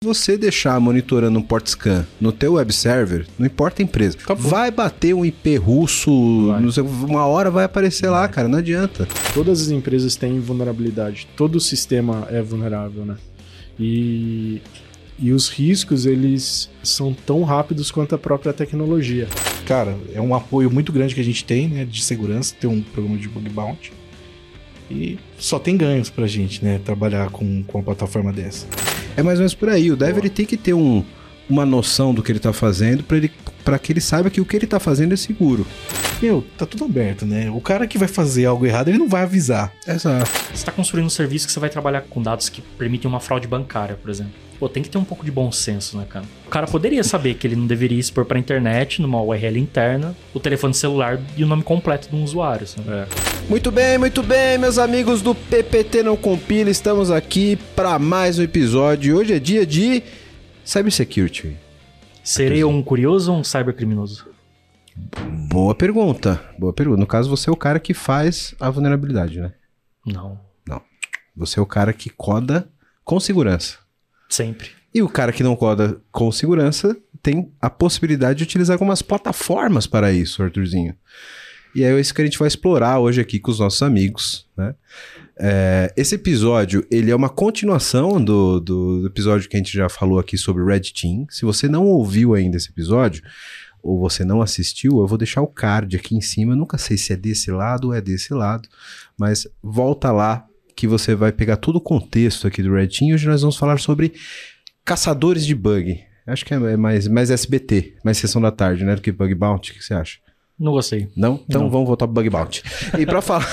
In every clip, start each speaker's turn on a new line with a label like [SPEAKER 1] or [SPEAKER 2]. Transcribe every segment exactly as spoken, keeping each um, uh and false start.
[SPEAKER 1] Você deixar monitorando um port scan no teu web server, não importa a empresa, Acabou. vai bater um I P russo, não sei, uma hora vai aparecer vai. lá, cara, não adianta.
[SPEAKER 2] Todas as empresas têm vulnerabilidade, todo o sistema é vulnerável, né? E, e os riscos, eles são tão rápidos quanto a própria tecnologia.
[SPEAKER 3] Cara, é um apoio muito grande que a gente tem, né, de segurança, ter um programa de bug bounty. E só tem ganhos pra gente, né, trabalhar com, com uma plataforma dessa.
[SPEAKER 1] É mais ou menos por aí. O dev ele tem que ter um, uma noção do que ele tá fazendo pra, ele, pra que ele saiba que o que ele tá fazendo é seguro.
[SPEAKER 3] Meu, tá tudo aberto, né? O cara que vai fazer algo errado, ele não vai avisar.
[SPEAKER 1] Exato.
[SPEAKER 4] Você tá construindo um serviço que você vai trabalhar com dados que permitem uma fraude bancária, por exemplo. Pô, tem que ter um pouco de bom senso, né, cara? O cara poderia saber que ele não deveria expor pra internet, numa U R L interna, o telefone celular e o nome completo de um usuário, sabe? É.
[SPEAKER 1] Muito bem, muito bem, meus amigos do P P T Não Compila, estamos aqui para mais um episódio. Hoje é dia de Cybersecurity.
[SPEAKER 4] Serei um curioso ou um cybercriminoso?
[SPEAKER 1] Boa pergunta, boa pergunta. No caso, você é o cara que faz a vulnerabilidade, né?
[SPEAKER 4] Não.
[SPEAKER 1] Não. Você é o cara que coda com segurança.
[SPEAKER 4] Sempre.
[SPEAKER 1] E o cara que não coda com segurança tem a possibilidade de utilizar algumas plataformas para isso, Arthurzinho. E é isso que a gente vai explorar hoje aqui com os nossos amigos, né? É, esse episódio, ele é uma continuação do, do episódio que a gente já falou aqui sobre Red Team. Se você não ouviu ainda esse episódio, ou você não assistiu, eu vou deixar o card aqui em cima. Eu nunca sei se é desse lado ou é desse lado, mas volta lá que você vai pegar todo o contexto aqui do Red Team. Hoje nós vamos falar sobre caçadores de bug. Acho que é mais, mais S B T, mais sessão da tarde, né? Do que Bug Bounty. O que você acha?
[SPEAKER 4] Não gostei.
[SPEAKER 1] Não? Então não. Vamos voltar pro Bug Bounty. E pra falar,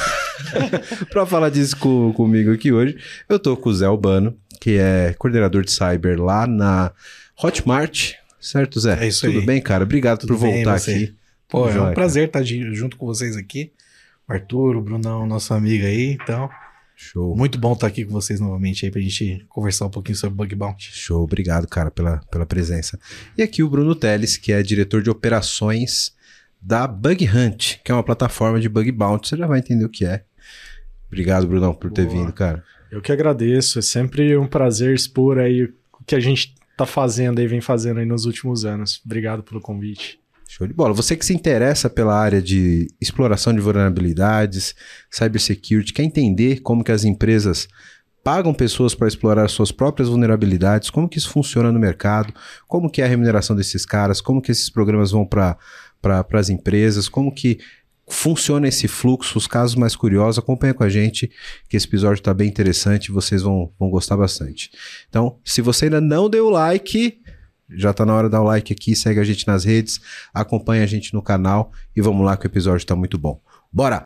[SPEAKER 1] pra falar disso com, comigo aqui hoje, eu tô com o Zé Albano, que é coordenador de cyber lá na Hotmart. Certo, Zé?
[SPEAKER 3] É isso
[SPEAKER 1] Tudo
[SPEAKER 3] aí.
[SPEAKER 1] bem, cara? Obrigado
[SPEAKER 3] Tudo
[SPEAKER 1] por voltar
[SPEAKER 3] bem,
[SPEAKER 1] aqui.
[SPEAKER 3] Pô,
[SPEAKER 1] Tudo
[SPEAKER 3] é
[SPEAKER 1] jóia,
[SPEAKER 3] um prazer cara. estar junto com vocês aqui. O Arthur, o Brunão, nosso amigo aí, então...
[SPEAKER 1] Show.
[SPEAKER 3] Muito bom estar aqui com vocês novamente aí pra gente conversar um pouquinho sobre Bug Bounty.
[SPEAKER 1] Show, obrigado, cara, pela, pela presença. E aqui o Bruno Teles, que é diretor de operações da Bug Hunt, que é uma plataforma de Bug Bounty. Você já vai entender o que é. Obrigado, Brunão, por ter
[SPEAKER 2] Boa.
[SPEAKER 1] vindo, cara.
[SPEAKER 2] Eu que agradeço. É sempre um prazer expor aí o que a gente tá fazendo aí, vem fazendo aí nos últimos anos. Obrigado pelo convite.
[SPEAKER 1] Show de bola. Você que se interessa pela área de exploração de vulnerabilidades, cybersecurity, quer entender como que as empresas pagam pessoas para explorar suas próprias vulnerabilidades, como que isso funciona no mercado, como que é a remuneração desses caras, como que esses programas vão para para as empresas, como que funciona esse fluxo, os casos mais curiosos, acompanha com a gente, que esse episódio está bem interessante e vocês vão, vão gostar bastante. Então, se você ainda não deu like, já está na hora de dar o like aqui, segue a gente nas redes, acompanha a gente no canal e vamos lá que o episódio está muito bom. Bora!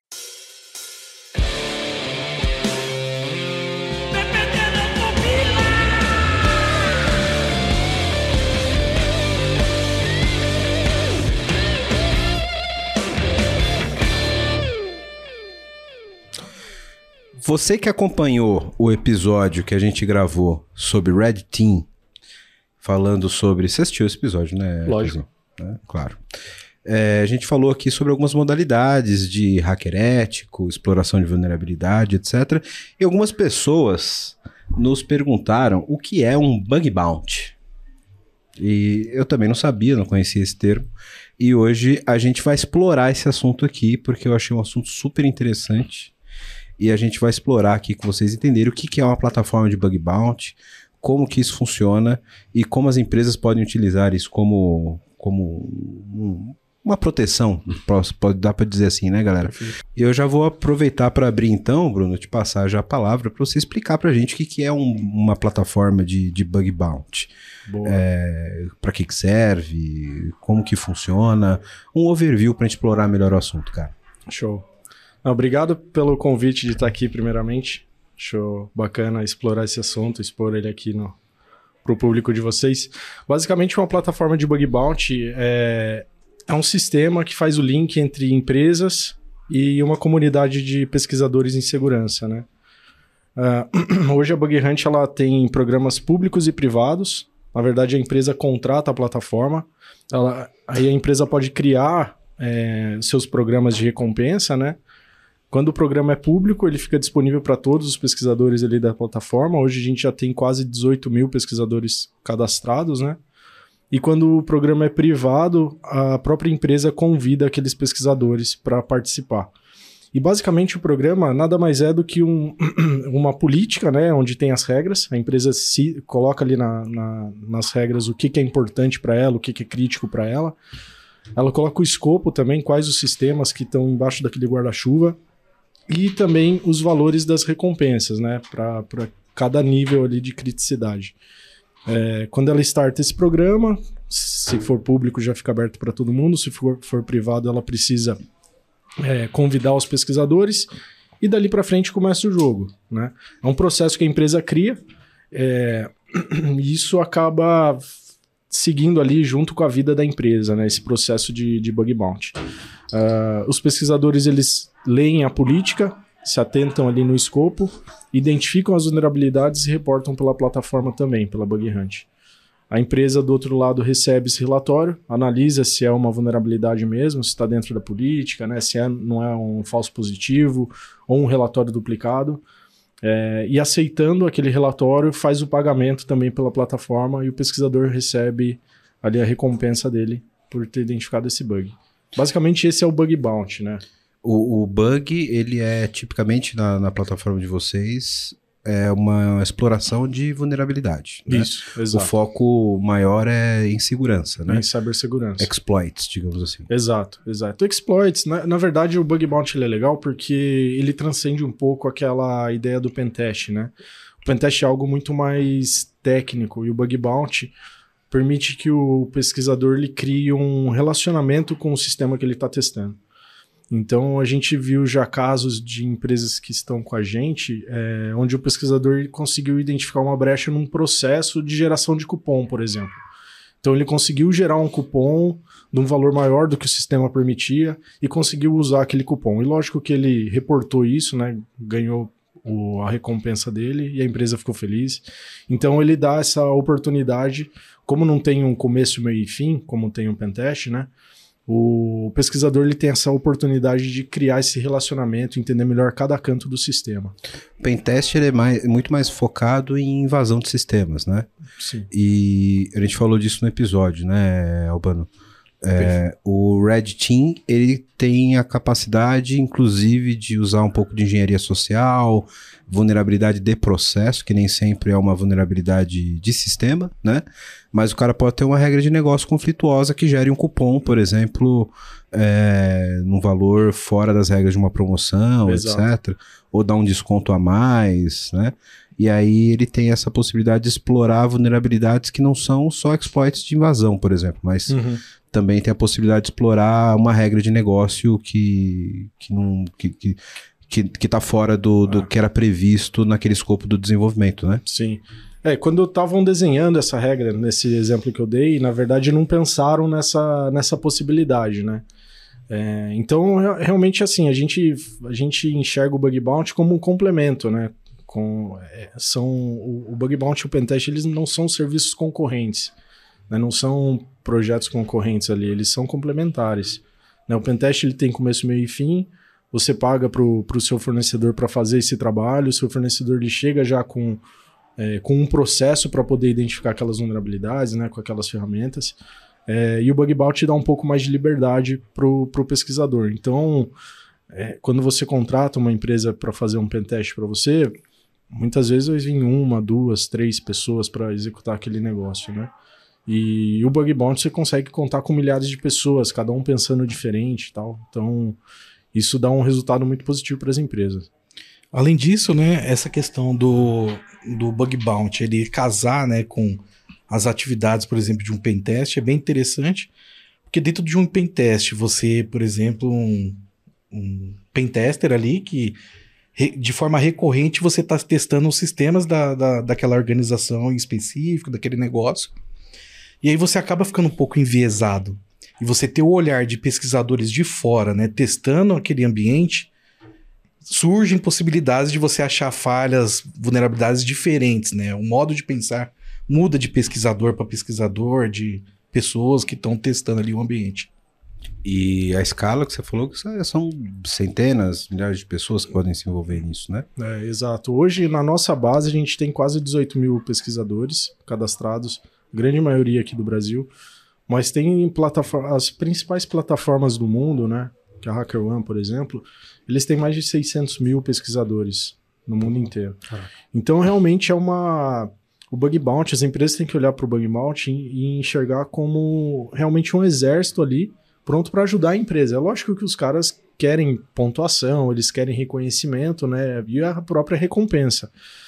[SPEAKER 1] Você que acompanhou o episódio que a gente gravou sobre Red Team, falando sobre... Você assistiu esse episódio, né?
[SPEAKER 4] Lógico.
[SPEAKER 1] É, claro. É, a gente falou aqui sobre algumas modalidades de hacker ético, exploração de vulnerabilidade, etcétera. E algumas pessoas nos perguntaram o que é um Bug Bounty. E eu também não sabia, não conhecia esse termo. E hoje a gente vai explorar esse assunto aqui, porque eu achei um assunto super interessante. E a gente vai explorar aqui com vocês entenderem o que, que é uma plataforma de Bug Bounty, como que isso funciona e como as empresas podem utilizar isso como, como um, uma proteção, pode dar para dizer assim, né, galera? Perfeito. E eu já vou aproveitar para abrir então, Bruno, te passar já a palavra para você explicar para a gente o que, que é um, uma plataforma de, de Bug Bounty. É, para que, que serve, como que funciona, um overview para a gente explorar melhor o assunto, cara.
[SPEAKER 2] Show. Obrigado pelo convite de estar aqui, primeiramente. Acho bacana explorar esse assunto, expor ele aqui para o público de vocês. Basicamente, uma plataforma de Bug Bounty é, é um sistema que faz o link entre empresas e uma comunidade de pesquisadores em segurança, né? Uh, hoje a Bug Hunt ela tem programas públicos e privados. Na verdade, a empresa contrata a plataforma. Ela, aí a empresa pode criar é, seus programas de recompensa, né? Quando o programa é público, ele fica disponível para todos os pesquisadores ali da plataforma. Hoje a gente já tem quase dezoito mil pesquisadores cadastrados, né? E quando o programa é privado, a própria empresa convida aqueles pesquisadores para participar. E basicamente o programa nada mais é do que um, uma política, né, onde tem as regras. A empresa se coloca ali na, na, nas regras o que, que é importante para ela, o que, que é crítico para ela. Ela coloca o escopo também, quais os sistemas que estão embaixo daquele guarda-chuva. E também os valores das recompensas, né, para cada nível ali de criticidade. É, quando ela starta esse programa, se for público já fica aberto para todo mundo, se for, for privado ela precisa é, convidar os pesquisadores e dali para frente começa o jogo, né? É um processo que a empresa cria é, e isso acaba seguindo ali junto com a vida da empresa, né? Esse processo de, de bug bounty. Uh, os pesquisadores eles leem a política, se atentam ali no escopo, identificam as vulnerabilidades e reportam pela plataforma também, pela Bug Hunt. A empresa, do outro lado, recebe esse relatório, analisa se é uma vulnerabilidade mesmo, se está dentro da política, né, se é, não é um falso positivo ou um relatório duplicado. É, e aceitando aquele relatório, faz o pagamento também pela plataforma e o pesquisador recebe ali a recompensa dele por ter identificado esse bug. Basicamente, esse é o Bug Bounty, né?
[SPEAKER 1] O, o bug, ele é tipicamente na, na plataforma de vocês, é uma exploração de vulnerabilidade. Né?
[SPEAKER 2] Isso, exato.
[SPEAKER 1] O foco maior é em segurança, né?
[SPEAKER 2] É em cibersegurança.
[SPEAKER 1] Exploits, digamos assim.
[SPEAKER 2] Exato, exato. Exploits, na, na verdade, o Bug Bounty ele é legal porque ele transcende um pouco aquela ideia do pentest, né? O pentest é algo muito mais técnico e o Bug Bounty permite que o pesquisador ele crie um relacionamento com o sistema que ele está testando. Então, a gente viu já casos de empresas que estão com a gente, é, onde o pesquisador conseguiu identificar uma brecha num processo de geração de cupom, por exemplo. Então, ele conseguiu gerar um cupom de um valor maior do que o sistema permitia e conseguiu usar aquele cupom. E lógico que ele reportou isso, né, ganhou o, a recompensa dele e a empresa ficou feliz. Então, ele dá essa oportunidade, como não tem um começo, meio e fim, como tem um pentest, né? O pesquisador ele tem essa oportunidade de criar esse relacionamento, entender melhor cada canto do sistema.
[SPEAKER 1] O pentest ele é mais, muito mais focado em invasão de sistemas, né?
[SPEAKER 2] Sim.
[SPEAKER 1] E a gente falou disso no episódio, né, Albano? É, o Red Team ele tem a capacidade, inclusive, de usar um pouco de engenharia social, vulnerabilidade de processo, que nem sempre é uma vulnerabilidade de sistema, né? Mas o cara pode ter uma regra de negócio conflituosa que gere um cupom, por exemplo, é, num valor fora das regras de uma promoção, Exato. etcétera. Ou dar um desconto a mais, né? E aí ele tem essa possibilidade de explorar vulnerabilidades que não são só exploits de invasão, por exemplo, mas uhum. também tem a possibilidade de explorar uma regra de negócio que, que não... Que, que, que, que tá fora do, do ah. que era previsto naquele escopo do desenvolvimento, né?
[SPEAKER 2] Sim. É, quando estavam desenhando essa regra, nesse exemplo que eu dei, na verdade não pensaram nessa, nessa possibilidade, né? É, então, realmente, assim, a gente, a gente enxerga o Bug Bounty como um complemento, né? Com, é, são, o, o Bug Bounty e o Pentest, eles não são serviços concorrentes, né? Não são projetos concorrentes ali, eles são complementares. Né? O Pentest, ele tem começo, meio e fim. Você paga para o seu fornecedor para fazer esse trabalho, o seu fornecedor ele chega já com, é, com um processo para poder identificar aquelas vulnerabilidades, né, com aquelas ferramentas, é, e o Bug Bounty dá um pouco mais de liberdade para o pesquisador. Então, é, quando você contrata uma empresa para fazer um pentest para você, muitas vezes vai vir uma, duas, três pessoas para executar aquele negócio, né? E o Bug Bounty você consegue contar com milhares de pessoas, cada um pensando diferente e tal. Então, isso dá um resultado muito positivo para as empresas.
[SPEAKER 3] Além disso, né, essa questão do, do Bug Bounty, ele casar, né, com as atividades, por exemplo, de um pentest é bem interessante, porque dentro de um pentest você, por exemplo, um, um pentester ali que de forma recorrente você está testando os sistemas da, da, daquela organização em específico, daquele negócio, e aí você acaba ficando um pouco enviesado. E você ter o olhar de pesquisadores de fora, né, testando aquele ambiente, surgem possibilidades de você achar falhas, vulnerabilidades diferentes, né? O modo de pensar muda de pesquisador para pesquisador, de pessoas que estão testando ali o ambiente.
[SPEAKER 1] E a escala que você falou que são centenas, milhares de pessoas que podem se envolver nisso, né?
[SPEAKER 2] É, exato. Hoje, na nossa base, a gente tem quase dezoito mil pesquisadores cadastrados, grande maioria aqui do Brasil, mas tem plataforma, as principais plataformas do mundo, né? Que é a HackerOne, por exemplo, eles têm mais de seiscentos mil pesquisadores no mundo inteiro. Ah. Então, realmente é uma... O Bug Bounty, as empresas têm que olhar para o Bug Bounty e enxergar como realmente um exército ali pronto para ajudar a empresa. É lógico que os caras querem pontuação, eles querem reconhecimento, né? E a própria recompensa.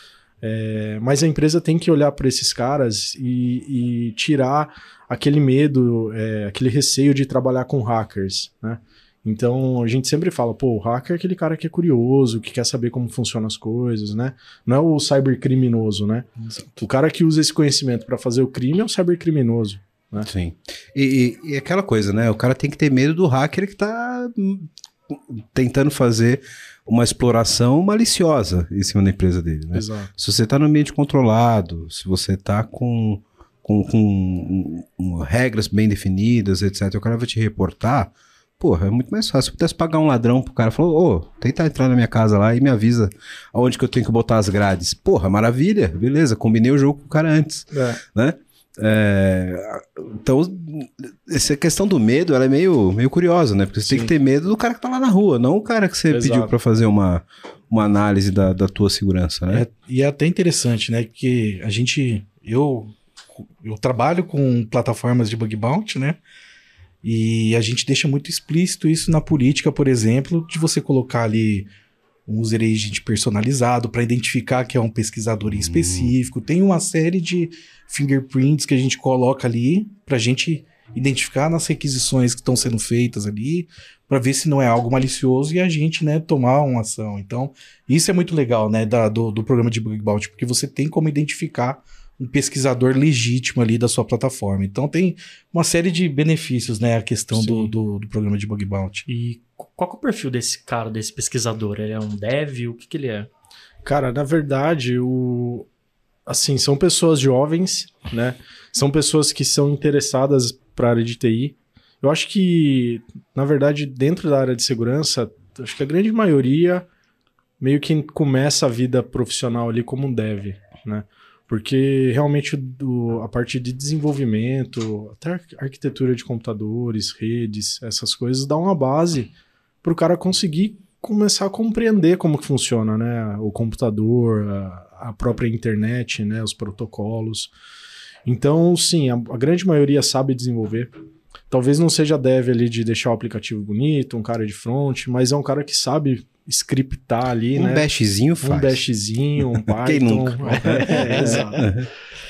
[SPEAKER 2] É, mas a empresa tem que olhar para esses caras e, e tirar aquele medo, é, aquele receio de trabalhar com hackers, né? Então, a gente sempre fala, pô, o hacker é aquele cara que é curioso, que quer saber como funcionam as coisas, né? Não é o cybercriminoso, né? Exato. O cara que usa esse conhecimento para fazer o crime é o cybercriminoso, né?
[SPEAKER 1] Sim. E, e, e aquela coisa, né? O cara tem que ter medo do hacker que tá tentando fazer uma exploração maliciosa em cima da empresa dele, né?
[SPEAKER 2] Exato.
[SPEAKER 1] Se você tá no ambiente controlado, se você tá com, com, com um, um, regras bem definidas, etcétera, o cara vai te reportar. Porra, é muito mais fácil. Se eu pudesse pagar um ladrão pro cara, falou, ô, tenta entrar na minha casa lá e me avisa aonde que eu tenho que botar as grades. Porra, maravilha, beleza, combinei o jogo com o cara antes, é. né? É, então, essa questão do medo, ela é meio, meio curiosa, né? Porque você Sim. tem que ter medo do cara que tá lá na rua, não o cara que você Exato. pediu pra fazer uma, uma análise da, da tua segurança, né?
[SPEAKER 3] É, e é até interessante, né? Que a gente, eu, eu trabalho com plataformas de bug bounty, né? E a gente deixa muito explícito isso na política, por exemplo, de você colocar ali um user agent personalizado para identificar que é um pesquisador em específico. Tem uma série de fingerprints que a gente coloca ali para a gente identificar nas requisições que estão sendo feitas ali, para ver se não é algo malicioso e a gente, né, tomar uma ação. Então, isso é muito legal, né, da, do, do programa de Bug Bounty, porque você tem como identificar um pesquisador legítimo ali da sua plataforma. Então tem uma série de benefícios, né, a questão do, do, do programa de Bug Bounty.
[SPEAKER 4] E qual que é o perfil desse cara, desse pesquisador? Ele é um dev? O que que ele é?
[SPEAKER 2] Cara, na verdade, o... assim, são pessoas jovens, né? São pessoas que são interessadas para a área de T I. Eu acho que, na verdade, dentro da área de segurança, acho que a grande maioria meio que começa a vida profissional ali como um dev, né? Porque realmente do, a parte de desenvolvimento, até arquitetura de computadores, redes, essas coisas, dá uma base para o cara conseguir começar a compreender como que funciona, né? O computador, a, a própria internet, né? Os protocolos. Então, sim, a, a grande maioria sabe desenvolver. Talvez não seja dev ali de deixar o aplicativo bonito, um cara de front, mas é um cara que sabe scriptar ali,
[SPEAKER 1] um
[SPEAKER 2] né?
[SPEAKER 1] Um bashzinho faz.
[SPEAKER 2] Um bashzinho, um Python.
[SPEAKER 1] Quem nunca?
[SPEAKER 2] É, é, exato.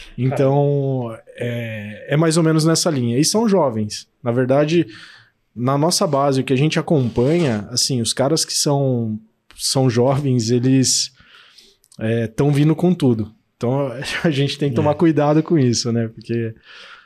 [SPEAKER 2] Então, é, é mais ou menos nessa linha. E são jovens. Na verdade, na nossa base, o que a gente acompanha, assim, os caras que são, são jovens, eles estão é, vindo com tudo. Então, a gente tem que tomar é. cuidado com isso, né? Porque...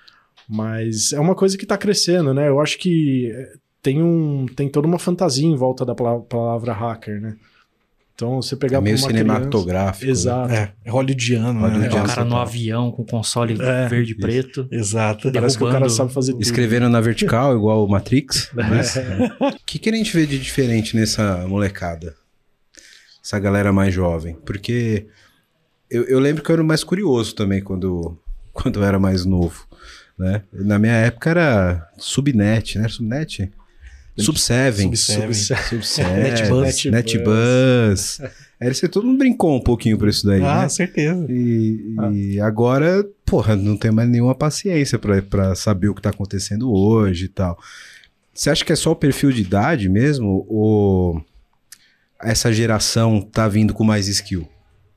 [SPEAKER 2] Mas é uma coisa que está crescendo, né? Eu acho que tem, um, tem toda uma fantasia em volta da palavra hacker, né? Então, você pegar...
[SPEAKER 1] É meio cinematográfico.
[SPEAKER 2] Criança... Exato.
[SPEAKER 3] É, é hollywoodiano, né?
[SPEAKER 4] É o cara no avião com console é, verde e preto.
[SPEAKER 3] Exato.
[SPEAKER 2] Parece que o cara sabe fazer tudo.
[SPEAKER 1] Escrevendo na vertical, igual o Matrix. Mas... O que, que a gente vê de diferente nessa molecada? Essa galera mais jovem? Porque eu, eu lembro que eu era mais curioso também quando, quando eu era mais novo. Né? Na minha época era Subnet, né? Subnet? Sub-Seven. Sub-Seven.
[SPEAKER 3] NetBuzz.
[SPEAKER 1] NetBuzz. Aí você todo mundo brincou um pouquinho por isso daí,
[SPEAKER 3] ah,
[SPEAKER 1] né?
[SPEAKER 3] certeza.
[SPEAKER 1] E,
[SPEAKER 2] ah.
[SPEAKER 1] e agora, porra, não tem mais nenhuma paciência pra, pra saber o que tá acontecendo hoje e tal. Você acha que é só o perfil de idade mesmo? Ou essa geração tá vindo com mais skill?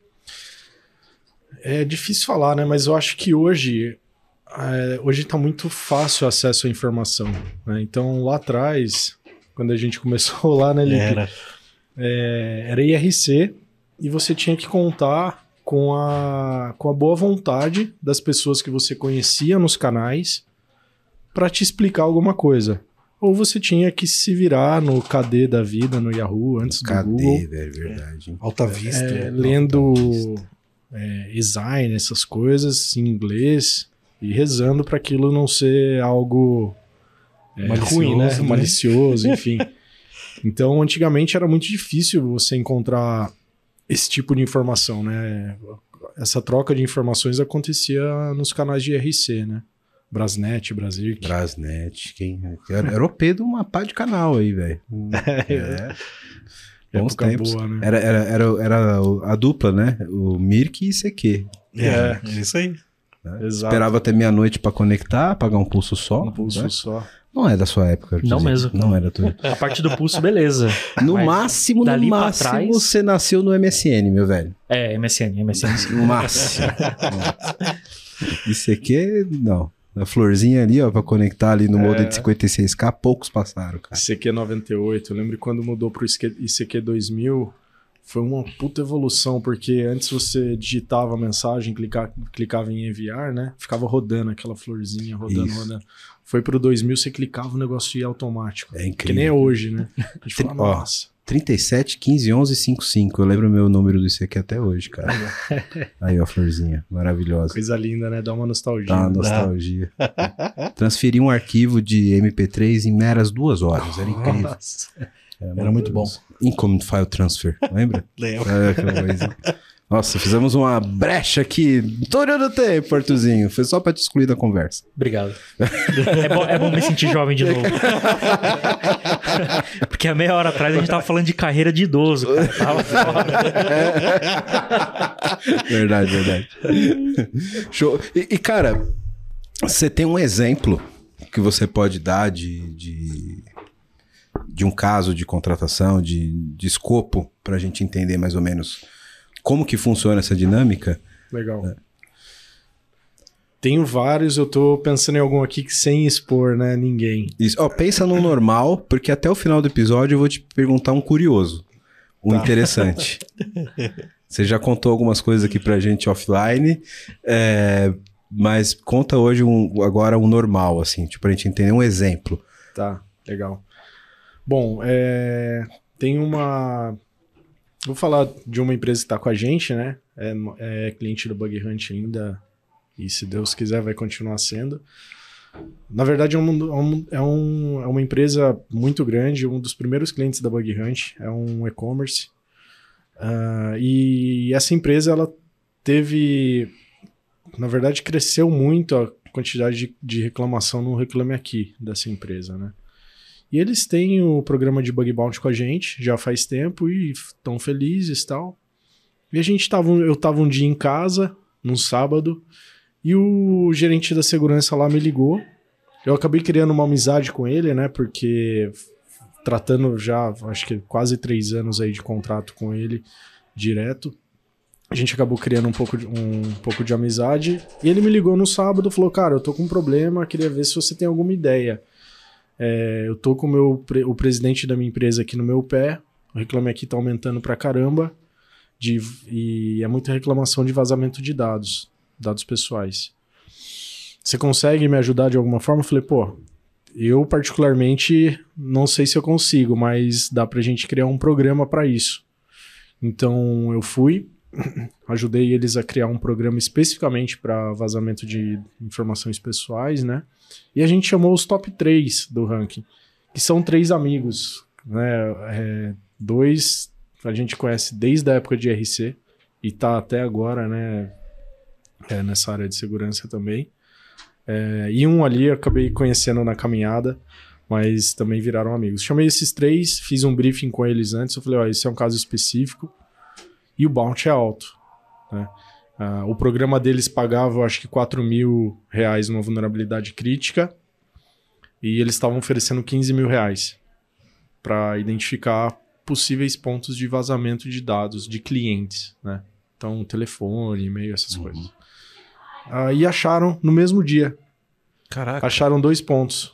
[SPEAKER 2] É difícil falar, né? Mas eu acho que hoje... É, hoje está muito fácil o acesso à informação, né? Então lá atrás, quando a gente começou lá na L P, era. É, era I R C e você tinha que contar com a, com a boa vontade das pessoas que você conhecia nos canais para te explicar alguma coisa. Ou você tinha que se virar no K D da vida, no Yahoo, antes
[SPEAKER 1] K D,
[SPEAKER 2] do Google.
[SPEAKER 1] velho, verdade.
[SPEAKER 3] É, Alta Vista.
[SPEAKER 2] É, lendo é, design, essas coisas em inglês... E rezando para aquilo não ser algo é,
[SPEAKER 3] Malicioso,
[SPEAKER 2] ruim, né?
[SPEAKER 3] né?
[SPEAKER 2] Malicioso, enfim. Então, antigamente era muito difícil você encontrar esse tipo de informação, né? Essa troca de informações acontecia nos canais de I R C, né? Brasnet, Brasirc.
[SPEAKER 1] Brasnet, quem... Era, era o P de uma pá de canal aí, velho. É. Bons
[SPEAKER 2] Época
[SPEAKER 1] tempos.
[SPEAKER 2] boa, né?
[SPEAKER 1] Era, era, era, era a dupla, né? O Mirk e I C Q.
[SPEAKER 3] É, é isso aí.
[SPEAKER 1] Né?
[SPEAKER 2] Exato.
[SPEAKER 1] Esperava até meia-noite pra conectar, pagar um pulso só.
[SPEAKER 2] Um pulso
[SPEAKER 1] né?
[SPEAKER 2] só.
[SPEAKER 1] Não é da sua época.
[SPEAKER 4] Não
[SPEAKER 1] dizer.
[SPEAKER 4] mesmo.
[SPEAKER 1] Não era tua.
[SPEAKER 4] A parte do pulso, beleza.
[SPEAKER 1] No
[SPEAKER 4] Mas
[SPEAKER 1] máximo, no
[SPEAKER 4] dali pra
[SPEAKER 1] máximo,
[SPEAKER 4] trás-
[SPEAKER 1] você nasceu no M S N, meu velho.
[SPEAKER 4] É, M S N, M S N.
[SPEAKER 1] No máximo. Isso aqui, não. A florzinha ali, ó, pra conectar ali no
[SPEAKER 2] É.
[SPEAKER 1] modem de cinquenta e seis K, poucos passaram, cara.
[SPEAKER 2] I C Q noventa e oito. Eu lembro quando mudou pro I C Q dois mil, foi uma puta evolução, porque antes você digitava a mensagem, clica, clicava em enviar, né? Ficava rodando aquela florzinha, rodando,
[SPEAKER 1] Isso.
[SPEAKER 2] rodando. Foi pro dois mil, você clicava, o negócio ia automático.
[SPEAKER 1] É incrível.
[SPEAKER 2] Que nem é hoje, né? A gente
[SPEAKER 1] Tri-
[SPEAKER 2] fala,
[SPEAKER 1] ó,
[SPEAKER 2] nossa.
[SPEAKER 1] trinta e sete, quinze, onze, cinquenta e cinco. Eu lembro o meu número do I C Q até hoje, cara. Aí, ó, florzinha. Maravilhosa.
[SPEAKER 2] Coisa linda, né? Dá uma nostalgia.
[SPEAKER 1] Tá uma
[SPEAKER 2] né?
[SPEAKER 1] nostalgia. Transferi um arquivo de M P três em meras duas horas. Era incrível.
[SPEAKER 2] Nossa.
[SPEAKER 3] Era muito bom.
[SPEAKER 1] Income File Transfer, lembra?
[SPEAKER 3] Lembro.
[SPEAKER 1] É, aquela coisa. Nossa, fizemos uma brecha aqui. Todo o tempo, Artuzinho. Foi só pra te excluir da conversa.
[SPEAKER 4] Obrigado. É bom, é bom me sentir jovem de novo. Porque há meia hora atrás a gente tava falando de carreira de idoso, cara. Tava foda.
[SPEAKER 1] Verdade, verdade. Show. E, e, cara, você tem um exemplo que você pode dar de, de, de um caso de contratação, de, de escopo, pra gente entender mais ou menos como que funciona essa dinâmica?
[SPEAKER 2] Legal. É. Tenho vários, eu tô pensando em algum aqui que sem expor, né, ninguém.
[SPEAKER 1] Isso. Ó, pensa no normal, porque até o final do episódio eu vou te perguntar um curioso, um
[SPEAKER 2] Tá.
[SPEAKER 1] interessante. Você já contou algumas coisas aqui pra gente offline, é, mas conta hoje um, agora um normal, assim, tipo, pra gente entender um exemplo.
[SPEAKER 2] Tá, legal. Bom, é, tem uma... Vou falar de uma empresa que está com a gente, né? É, é cliente do Bug Hunt ainda, e se Deus quiser vai continuar sendo. Na verdade, é, um, é, um, é uma empresa muito grande, um dos primeiros clientes da Bug Hunt, é um e-commerce. Uh, e essa empresa, ela teve... Na verdade, cresceu muito a quantidade de, de reclamação no Reclame Aqui dessa empresa, né? E eles têm o programa de Bug Bounty com a gente, já faz tempo, e estão felizes e tal. E a gente tava, eu tava um dia em casa, num sábado, e o gerente da segurança lá me ligou. Eu acabei criando uma amizade com ele, né, porque tratando já, acho que quase três anos aí de contrato com ele, direto, a gente acabou criando um pouco de, um pouco de amizade. E ele me ligou no sábado e falou, cara, eu tô com um problema, queria ver se você tem alguma ideia. É, eu tô com o, meu, o presidente da minha empresa aqui no meu pé, o Reclame Aqui tá aumentando pra caramba, de, e é muita reclamação de vazamento de dados, dados pessoais. Você consegue me ajudar de alguma forma? Eu falei, pô, eu particularmente não sei se eu consigo, mas dá pra gente criar um programa pra isso. Então eu fui, ajudei eles a criar um programa especificamente para vazamento de informações pessoais, né? E a gente chamou os top três do ranking, que são três amigos, né? É, dois a gente conhece desde a época de I R C e tá até agora, né? É, nessa área de segurança também. É, e um ali eu acabei conhecendo na caminhada, mas também viraram amigos. Chamei esses três, fiz um briefing com eles antes, eu falei, ó, esse é um caso específico e o bounty é alto, né? Uh, o programa deles pagava, eu acho que quatro mil reais numa vulnerabilidade crítica e eles estavam oferecendo quinze mil reais para identificar possíveis pontos de vazamento de dados de clientes, né? Então, telefone, e-mail, essas uhum. coisas. Uh, e acharam no mesmo dia.
[SPEAKER 3] Caraca.
[SPEAKER 2] Acharam dois pontos.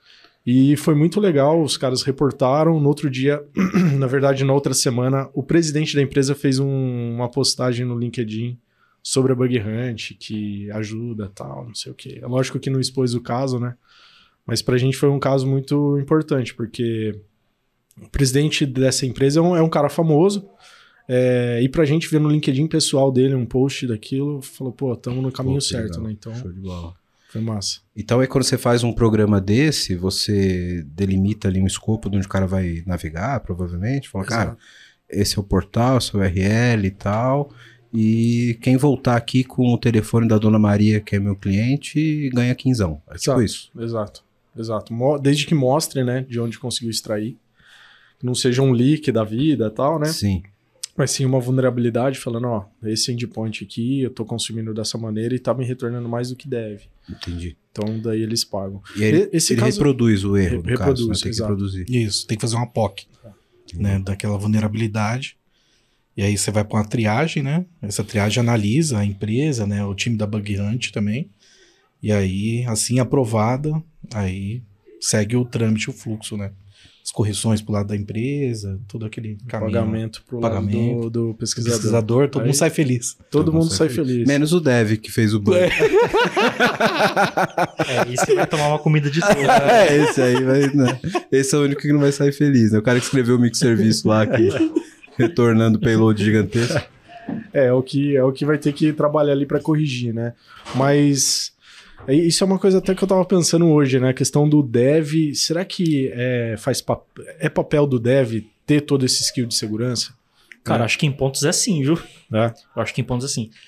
[SPEAKER 2] E foi muito legal, os caras reportaram. No outro dia, na verdade, na outra semana, o presidente da empresa fez um, uma postagem no LinkedIn sobre a Bug Hunt, que ajuda, tal, não sei o quê. É lógico que não expôs o caso, né? Mas pra gente foi um caso muito importante, porque o presidente dessa empresa é um, é um cara famoso, é, e pra gente ver no LinkedIn pessoal dele um post daquilo, falou, pô, estamos no caminho
[SPEAKER 1] pô,
[SPEAKER 2] certo,
[SPEAKER 1] legal.
[SPEAKER 2] né? Então,
[SPEAKER 1] show de bola.
[SPEAKER 2] Foi massa.
[SPEAKER 1] Então aí quando você faz um programa desse, você delimita ali um escopo de onde o cara vai navegar, provavelmente. Fala,
[SPEAKER 2] Exato.
[SPEAKER 1] cara, esse é o portal, esse é o U R L e tal. E quem voltar aqui com o telefone da Dona Maria, que é meu cliente, ganha quinzão. É tipo
[SPEAKER 2] Exato.
[SPEAKER 1] isso.
[SPEAKER 2] Exato, exato. Mo- Desde que mostre, né, de onde conseguiu extrair. Que não seja um leak da vida e tal, né?
[SPEAKER 1] Sim.
[SPEAKER 2] Mas sim uma vulnerabilidade falando, ó, esse endpoint aqui, eu tô consumindo dessa maneira e tá me retornando mais do que deve.
[SPEAKER 1] Entendi.
[SPEAKER 2] Então daí eles pagam.
[SPEAKER 1] E aí ele,
[SPEAKER 2] Esse
[SPEAKER 1] ele
[SPEAKER 2] caso-
[SPEAKER 1] reproduz o erro,
[SPEAKER 2] Re-
[SPEAKER 1] no caso, né?
[SPEAKER 2] reproduz,
[SPEAKER 1] Tem que
[SPEAKER 2] exato.
[SPEAKER 1] reproduzir.
[SPEAKER 3] Isso, tem que fazer uma P O C, né, daquela vulnerabilidade. E aí você vai para uma triagem, né? Essa triagem analisa a empresa, né, o time da Bug Hunt também. E aí, assim aprovada, aí segue o trâmite, o fluxo, né? As correções pro lado da empresa, todo aquele caminho.
[SPEAKER 2] Pagamento pro
[SPEAKER 3] Pagamento.
[SPEAKER 2] lado do, do pesquisador.
[SPEAKER 3] Pesquisador, todo
[SPEAKER 2] Aí-
[SPEAKER 3] mundo sai feliz.
[SPEAKER 2] Todo,
[SPEAKER 1] Todo
[SPEAKER 2] mundo
[SPEAKER 1] mundo
[SPEAKER 2] sai
[SPEAKER 1] sai
[SPEAKER 2] feliz.
[SPEAKER 1] Menos o dev que fez o bug.
[SPEAKER 4] É, isso vai tomar uma comida de touro.
[SPEAKER 1] É, esse aí vai, né? Esse é o único que não vai sair feliz, né? O cara que escreveu o microserviço lá aqui, retornando payload gigantesco.
[SPEAKER 2] É, é o que, é o que vai ter que trabalhar ali para corrigir, né? Mas é, isso é uma coisa até que eu tava pensando hoje, né? A questão do dev, será que é, faz pap é papel do dev ter todo esse skill de segurança?
[SPEAKER 4] Cara,
[SPEAKER 2] É.
[SPEAKER 4] acho que em pontos é sim, viu?
[SPEAKER 2] É.
[SPEAKER 4] Eu acho que em pontos é sim.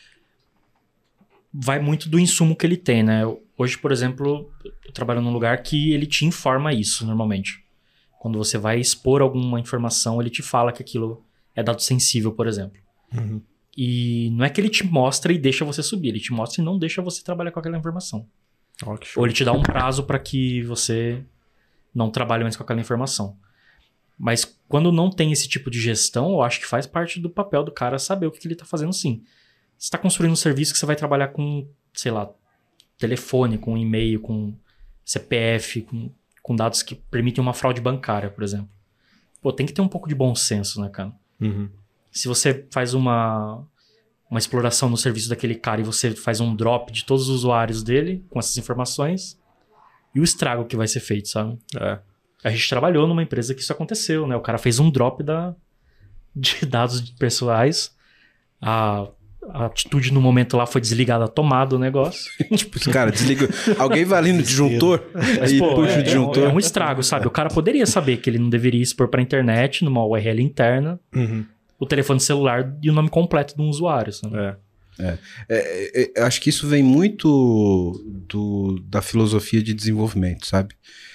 [SPEAKER 4] Vai muito do insumo que ele tem, né? Hoje, por exemplo, eu trabalho num lugar que ele te informa isso normalmente. Quando você vai expor alguma informação, ele te fala que aquilo é dado sensível, por exemplo.
[SPEAKER 2] Uhum.
[SPEAKER 4] E não é que ele te mostra e deixa você subir, ele te mostra e não deixa você trabalhar com aquela informação.
[SPEAKER 2] Ó, que show.
[SPEAKER 4] Ou ele te dá um prazo para que você não trabalhe mais com aquela informação. Mas quando não tem esse tipo de gestão, eu acho que faz parte do papel do cara saber o que, que ele está fazendo sim. Você está construindo um serviço que você vai trabalhar com, sei lá, telefone, com e-mail, com C P F, com, com dados que permitem uma fraude bancária, por exemplo. Pô, tem que ter um pouco de bom senso, né, cara?
[SPEAKER 2] Uhum.
[SPEAKER 4] Se você faz uma, uma exploração no serviço daquele cara e você faz um drop de todos os usuários dele com essas informações, e o estrago que vai ser feito, sabe?
[SPEAKER 2] É.
[SPEAKER 4] A gente trabalhou numa empresa que isso aconteceu, né? O cara fez um drop da, de dados pessoais, a, a atitude no momento lá foi desligar a tomada do negócio.
[SPEAKER 1] Tipo, cara, desliga. Alguém vai ali no disjuntor
[SPEAKER 4] Mas,
[SPEAKER 1] e
[SPEAKER 4] pô,
[SPEAKER 1] puxa
[SPEAKER 4] é,
[SPEAKER 1] o
[SPEAKER 4] é um,
[SPEAKER 1] disjuntor.
[SPEAKER 4] é um estrago, sabe? O cara poderia saber que ele não deveria expor pra internet, numa U R L interna,
[SPEAKER 2] Uhum.
[SPEAKER 4] o telefone celular e o nome completo de um usuário, sabe?
[SPEAKER 2] É.
[SPEAKER 1] É, é, é, acho que isso vem muito do, da filosofia de desenvolvimento, sabe?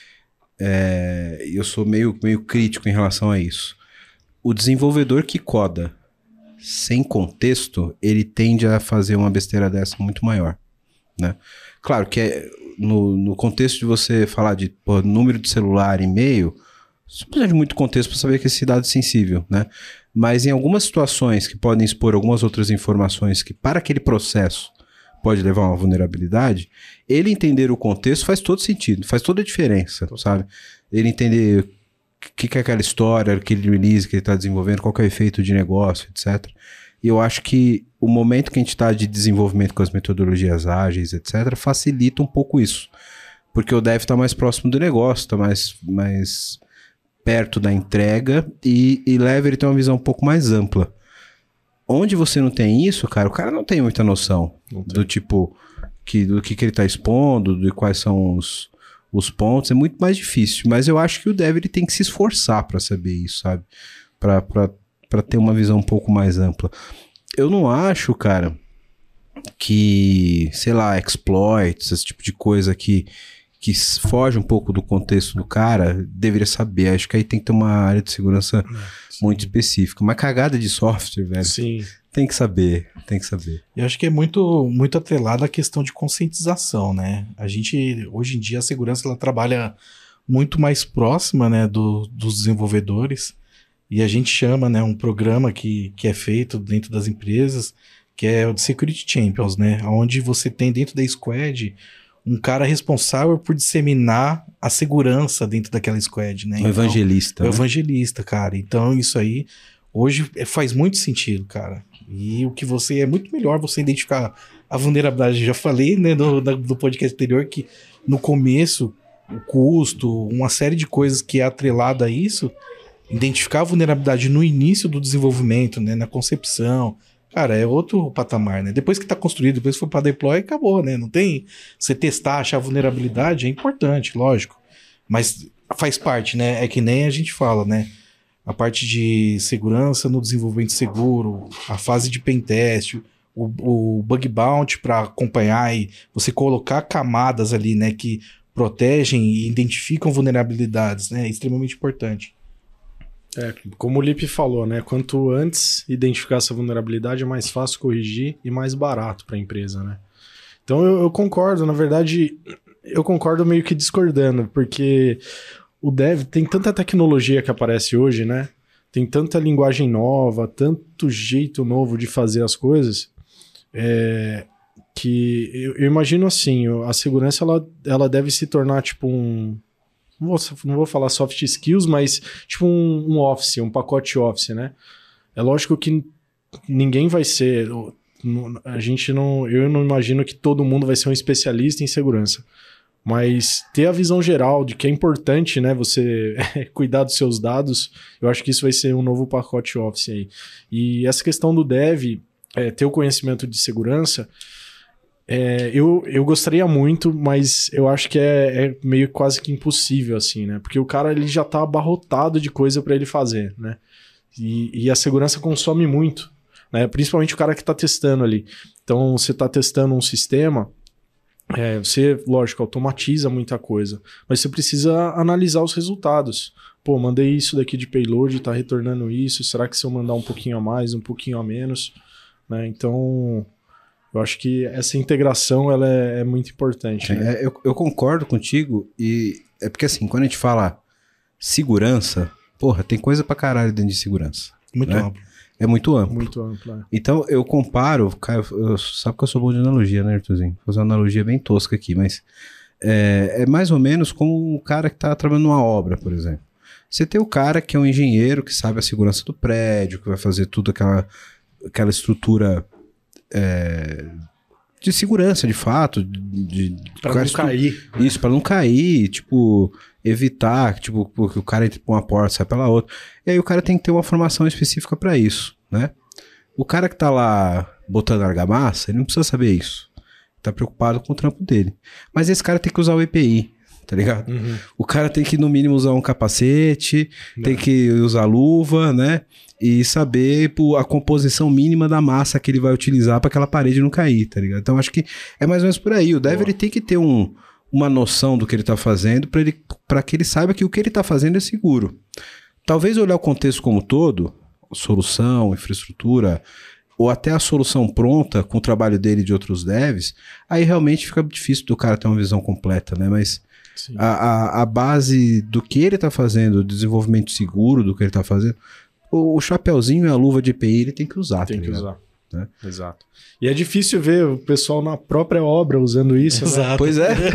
[SPEAKER 1] É, eu sou meio, meio crítico em relação a isso. O desenvolvedor que coda sem contexto, ele tende a fazer uma besteira dessa muito maior, né? Claro que é, no, no contexto de você falar de pô, número de celular, e-mail, você não precisa de muito contexto para saber que esse dado é sensível, né? Mas em algumas situações que podem expor algumas outras informações que para aquele processo pode levar a uma vulnerabilidade, ele entender o contexto faz todo sentido, faz toda a diferença, sabe? Ele entender o que, que é aquela história, aquele release que ele está desenvolvendo, qual que é o efeito de negócio, etcétera. E eu acho que o momento que a gente está de desenvolvimento com as metodologias ágeis, etcétera, facilita um pouco isso. Porque o dev está mais próximo do negócio, está mais, mais perto da entrega e, e leva ele a ter uma visão um pouco mais ampla. Onde você não tem isso, cara, o cara não tem muita noção do tipo, que, do que, que ele está expondo, de quais são os, os pontos, é muito mais difícil. Mas eu acho que o dev ele tem que se esforçar para saber isso, sabe? Para ter uma visão um pouco mais ampla. Eu não acho, cara, que, sei lá, exploits, esse tipo de coisa que, que foge um pouco do contexto do cara, deveria saber. Acho que aí tem que ter uma área de segurança muito específica. Uma cagada de software, velho.
[SPEAKER 2] Sim.
[SPEAKER 1] Tem que saber, tem que saber.
[SPEAKER 3] Eu acho que é muito, muito atrelado à questão de conscientização, né? A gente, hoje em dia, a segurança ela trabalha muito mais próxima, né, do, dos desenvolvedores. E a gente chama, né, um programa que, que é feito dentro das empresas, que é o de Security Champions, né? Onde você tem dentro da squad um cara responsável por disseminar a segurança dentro daquela squad, né?
[SPEAKER 1] Um evangelista.
[SPEAKER 3] É o
[SPEAKER 1] né?
[SPEAKER 3] evangelista, cara. Então, isso aí, hoje, é- faz muito sentido, cara. E o que você... É muito melhor você identificar a vulnerabilidade. Eu já falei, né, do, da- do podcast anterior, que no começo, o custo, uma série de coisas que é atrelada a isso, identificar a vulnerabilidade no início do desenvolvimento, né, na concepção, cara, é outro patamar, né? Depois que tá construído, depois que for para deploy, acabou, né? Não tem... Você testar, achar vulnerabilidade é importante, lógico. Mas faz parte, né? É que nem a gente fala, né? A parte de segurança no desenvolvimento seguro, a fase de pentest, o, o bug bounty para acompanhar e você colocar camadas ali, né? Que protegem e identificam vulnerabilidades, né? É extremamente importante.
[SPEAKER 2] É, como o Lipe falou, né? Quanto antes identificar essa vulnerabilidade, é mais fácil corrigir e mais barato para a empresa, né? Então eu, eu concordo, na verdade, eu concordo meio que discordando, porque o dev tem tanta tecnologia que aparece hoje, né? Tem tanta linguagem nova, tanto jeito novo de fazer as coisas, é, que eu, eu imagino assim, a segurança ela, ela deve se tornar tipo um... Não vou, não vou falar soft skills, mas tipo um, um office, um pacote office, né? É lógico que ninguém vai ser... A gente não... Eu não imagino que todo mundo vai ser um especialista em segurança. Mas ter a visão geral de que é importante, né, você cuidar dos seus dados, eu acho que isso vai ser um novo pacote office aí. E essa questão do dev, é, ter o conhecimento de segurança... É, eu, eu gostaria muito, mas eu acho que é, é meio quase que impossível, assim, né? Porque o cara ele já tá abarrotado de coisa para ele fazer, né? E, e a segurança consome muito, né? Principalmente o cara que tá testando ali. Então, você tá testando um sistema, é, você, lógico, automatiza muita coisa, mas você precisa analisar os resultados. Pô, mandei isso daqui de payload, tá retornando isso, será que se eu mandar um pouquinho a mais, um pouquinho a menos, né? Então... Eu acho que essa integração ela é, é muito importante. Né?
[SPEAKER 1] É, eu, eu concordo contigo e é porque assim, quando a gente fala segurança, porra, tem coisa pra caralho dentro de segurança.
[SPEAKER 3] Muito
[SPEAKER 1] né?
[SPEAKER 3] amplo.
[SPEAKER 1] É muito amplo.
[SPEAKER 2] Muito amplo, é.
[SPEAKER 1] Então eu comparo, cara, eu, sabe que eu sou bom de analogia, né, Arthurzinho? Vou fazer uma analogia bem tosca aqui, mas é, é mais ou menos como um cara que tá trabalhando numa obra, por exemplo. Você tem o cara que é um engenheiro que sabe a segurança do prédio, que vai fazer tudo aquela, aquela estrutura... É, de segurança, de fato, de, de
[SPEAKER 2] para não cair.
[SPEAKER 1] Isso, para não cair, tipo, evitar, tipo, que o cara entre por uma porta, sai pela outra. E aí o cara tem que ter uma formação específica para isso, né? O cara que tá lá botando argamassa, ele não precisa saber isso. Tá preocupado com o trampo dele. Mas esse cara tem que usar o E P I, tá ligado? Uhum. O cara tem que, no mínimo, usar um capacete, não. tem que usar luva, né? E saber pô, a composição mínima da massa que ele vai utilizar para aquela parede não cair, tá ligado? Então acho que é mais ou menos por aí. O dev ele tem que ter um, uma noção do que ele tá fazendo para ele, para que ele saiba que o que ele tá fazendo é seguro. Talvez olhar o contexto como um todo, solução, infraestrutura, ou até a solução pronta com o trabalho dele e de outros devs, aí realmente fica difícil do cara ter uma visão completa, né? Mas a, a, a base do que ele tá fazendo, o desenvolvimento seguro do que ele tá fazendo... O chapéuzinho e a luva de E P I ele tem que usar.
[SPEAKER 2] Tem
[SPEAKER 1] tá
[SPEAKER 2] que usar.
[SPEAKER 1] Né?
[SPEAKER 2] Exato. E é difícil ver o pessoal na própria obra usando isso.
[SPEAKER 3] Exato.
[SPEAKER 2] Né?
[SPEAKER 1] Pois é.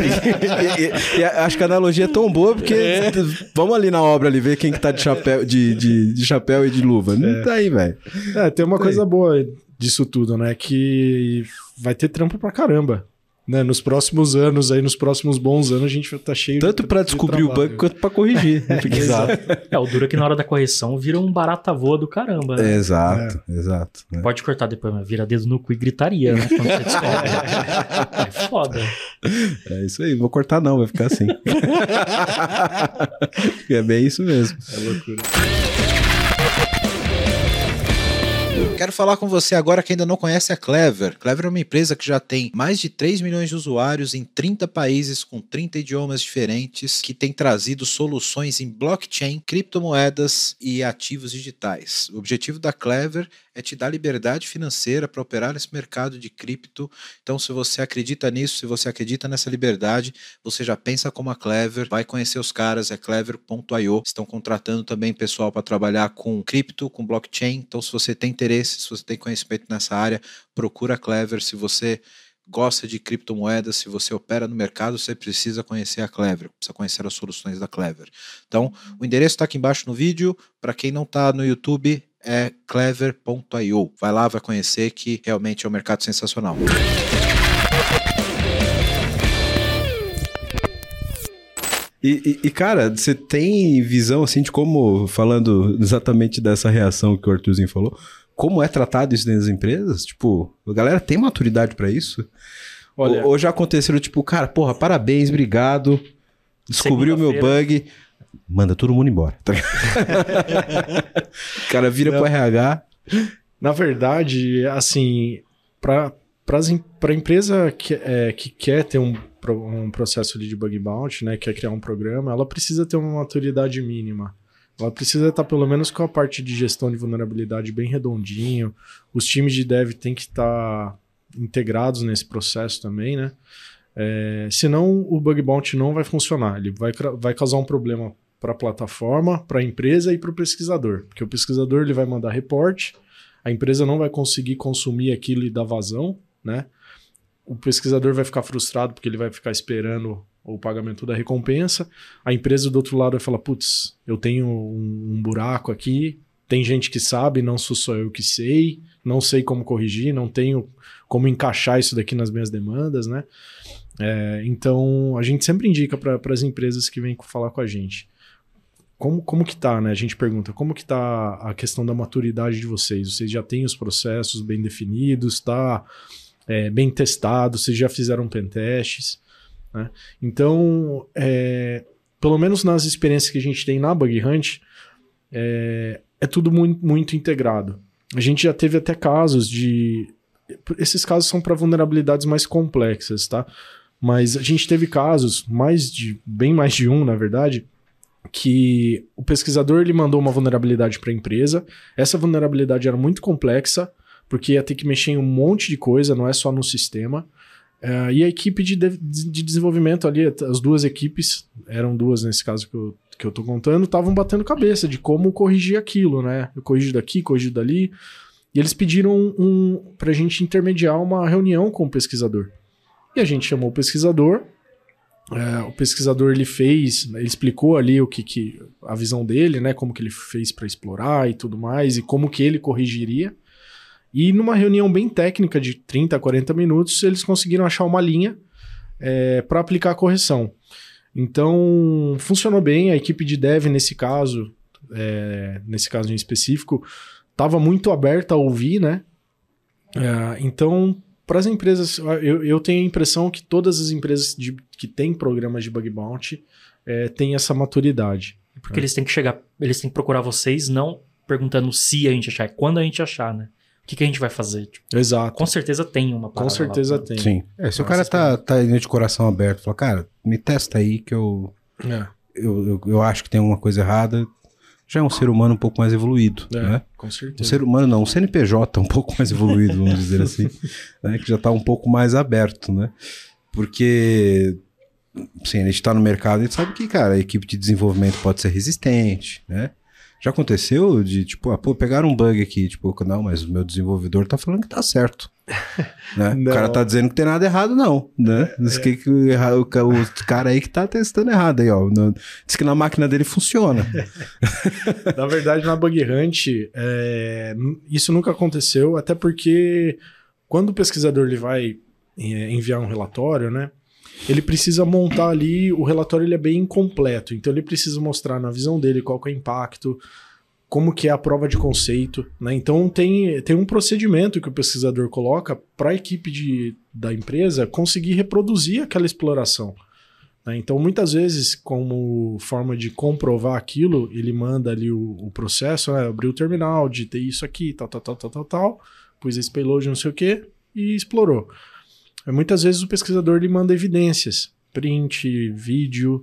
[SPEAKER 1] e, e, e acho que a analogia é tão boa porque é. vamos ali na obra ali ver quem que tá de chapéu, de, de, de chapéu e de luva. Não é. tá aí, velho.
[SPEAKER 2] É, tem uma
[SPEAKER 1] tá
[SPEAKER 2] coisa
[SPEAKER 1] aí.
[SPEAKER 2] boa disso tudo, né? Que vai ter trampo pra caramba. Né, nos próximos anos, aí nos próximos bons anos, a gente tá cheio
[SPEAKER 1] tanto para de descobrir
[SPEAKER 2] trabalho.
[SPEAKER 1] o bug quanto para corrigir.
[SPEAKER 2] É, exato.
[SPEAKER 4] É, o duro é que na hora da correção vira um barata voa do caramba. Né?
[SPEAKER 1] É, exato, é. exato. Né?
[SPEAKER 4] Pode cortar depois, mas vira dedo no cu e gritaria, né? Quando você descobre. É foda.
[SPEAKER 1] É isso aí, vou cortar não, vai ficar assim. É bem isso mesmo.
[SPEAKER 2] É loucura.
[SPEAKER 5] Quero falar com você agora que ainda não conhece a Clever. Clever é uma empresa que já tem mais de três milhões de usuários em trinta países com trinta idiomas diferentes, que tem trazido soluções em blockchain, criptomoedas e ativos digitais. O objetivo da Clever é te dar liberdade financeira para operar nesse mercado de cripto. Então, se você acredita nisso, se você acredita nessa liberdade, você já pensa como a Clever, vai conhecer os caras, é clever ponto i o. Estão contratando também pessoal para trabalhar com cripto, com blockchain. Então, se você tem interesse, se você tem conhecimento nessa área, procura a Clever. Se você gosta de criptomoedas, se você opera no mercado, você precisa conhecer a Clever, precisa conhecer as soluções da Clever. Então, o endereço está aqui embaixo no vídeo. Para quem não está no YouTube, é clever ponto i o. Vai lá, vai conhecer que realmente é um mercado sensacional.
[SPEAKER 1] E, e, e, cara, você tem visão, assim, de como, falando exatamente dessa reação que o Arthurzinho falou, como é tratado isso dentro das empresas? Tipo, a galera tem maturidade pra isso?
[SPEAKER 2] Olha,
[SPEAKER 1] ou, ou já aconteceram, tipo, cara, porra, parabéns, obrigado, descobriu o meu bug, manda todo mundo embora. Tá? O cara vira
[SPEAKER 2] Não.
[SPEAKER 1] pro R H.
[SPEAKER 2] Na verdade, assim, para a empresa que, é, que quer ter um, um processo ali de bug bounty, né, quer criar um programa, ela precisa ter uma maturidade mínima. Ela precisa estar pelo menos com a parte de gestão de vulnerabilidade bem redondinho. Os times de dev têm que estar integrados nesse processo também, né? É, senão o bug bounty não vai funcionar. Ele vai, vai causar um problema para a plataforma, para a empresa e para o pesquisador. Porque o pesquisador ele vai mandar reporte, a empresa não vai conseguir consumir aquilo e dar vazão, né? O pesquisador vai ficar frustrado porque ele vai ficar esperando o pagamento da recompensa. A empresa do outro lado vai falar, putz, eu tenho um, um buraco aqui, tem gente que sabe, não sou só eu que sei, não sei como corrigir, não tenho como encaixar isso daqui nas minhas demandas, né? É, então, a gente sempre indica para as empresas que vêm falar com a gente. Como, como que tá, né? A gente pergunta, como que tá a questão da maturidade de vocês? Vocês já têm os processos bem definidos, tá é, bem testado, vocês já fizeram pentests, né? Então, é, pelo menos nas experiências que a gente tem na Bug Hunt, é, é tudo muito, muito integrado. A gente já teve até casos de... Esses casos são para vulnerabilidades mais complexas, tá? Mas a gente teve casos, mais de, bem mais de um, na verdade, que o pesquisador ele mandou uma vulnerabilidade para a empresa. Essa vulnerabilidade era muito complexa, porque ia ter que mexer em um monte de coisa, não é só no sistema. Uh, e a equipe de, de, de desenvolvimento ali, as duas equipes, eram duas nesse caso que eu, que eu tô contando, estavam batendo cabeça de como corrigir aquilo, né? Eu corrijo daqui, corrijo dali. E eles pediram um, um, pra gente intermediar uma reunião com o pesquisador. E a gente chamou o pesquisador. É, o pesquisador ele fez, ele explicou ali o que, que a visão dele, né, como que ele fez para explorar e tudo mais, e como que ele corrigiria. E numa reunião bem técnica de trinta a quarenta minutos, eles conseguiram achar uma linha é, para aplicar a correção. Então, funcionou bem. A equipe de dev, nesse caso, é, nesse caso em específico, estava muito aberta a ouvir, né? É, então, para as empresas, eu, eu tenho a impressão que todas as empresas de, que têm programas de bug bounty é, têm essa maturidade.
[SPEAKER 4] Porque
[SPEAKER 2] é.
[SPEAKER 4] eles têm que chegar, eles têm que procurar vocês, não perguntando se a gente achar, é quando a gente achar, né? O que, que a gente vai fazer? Tipo,
[SPEAKER 2] Exato.
[SPEAKER 4] com certeza tem uma parada
[SPEAKER 2] Com certeza
[SPEAKER 4] lá,
[SPEAKER 2] tem.
[SPEAKER 1] Sim. É, se o
[SPEAKER 4] Nossa,
[SPEAKER 1] cara tá, tá indo de coração aberto, fala, cara, me testa aí que eu,
[SPEAKER 2] É,
[SPEAKER 1] eu, eu, eu acho que tem alguma coisa errada, já é um ser humano um pouco mais evoluído,
[SPEAKER 2] é,
[SPEAKER 1] né?
[SPEAKER 2] com
[SPEAKER 1] Um
[SPEAKER 2] certeza.
[SPEAKER 1] ser humano não, um C N P J um pouco mais evoluído, vamos dizer assim, né? Que já está um pouco mais aberto, né? Porque, sim, a gente está no mercado e a gente sabe que, cara, a equipe de desenvolvimento pode ser resistente, né? Já aconteceu de, tipo, ah, pô, pegaram um bug aqui, tipo, não, mas o meu desenvolvedor tá falando que tá certo, né? O cara tá dizendo que tem nada errado, não, né? Diz que, que o, erra- o, ca- o cara aí que tá testando errado aí, ó. No- diz que na máquina dele funciona.
[SPEAKER 2] Na verdade, na Bug Hunt, é, n- isso nunca aconteceu, até porque quando o pesquisador ele vai é, enviar um relatório, né, ele precisa montar ali, o relatório ele é bem incompleto, então ele precisa mostrar na visão dele qual que é o impacto, como que é a prova de conceito, né? Então tem, tem um procedimento que o pesquisador coloca para a equipe de, da empresa conseguir reproduzir aquela exploração. Né? Então, muitas vezes, como forma de comprovar aquilo, ele manda ali o, o processo, né? Abriu o terminal, digitei isso aqui, tal, tal, tal, tal, tal, tal, pus esse payload, não sei o quê, e explorou. Muitas vezes o pesquisador ele manda evidências, print, vídeo,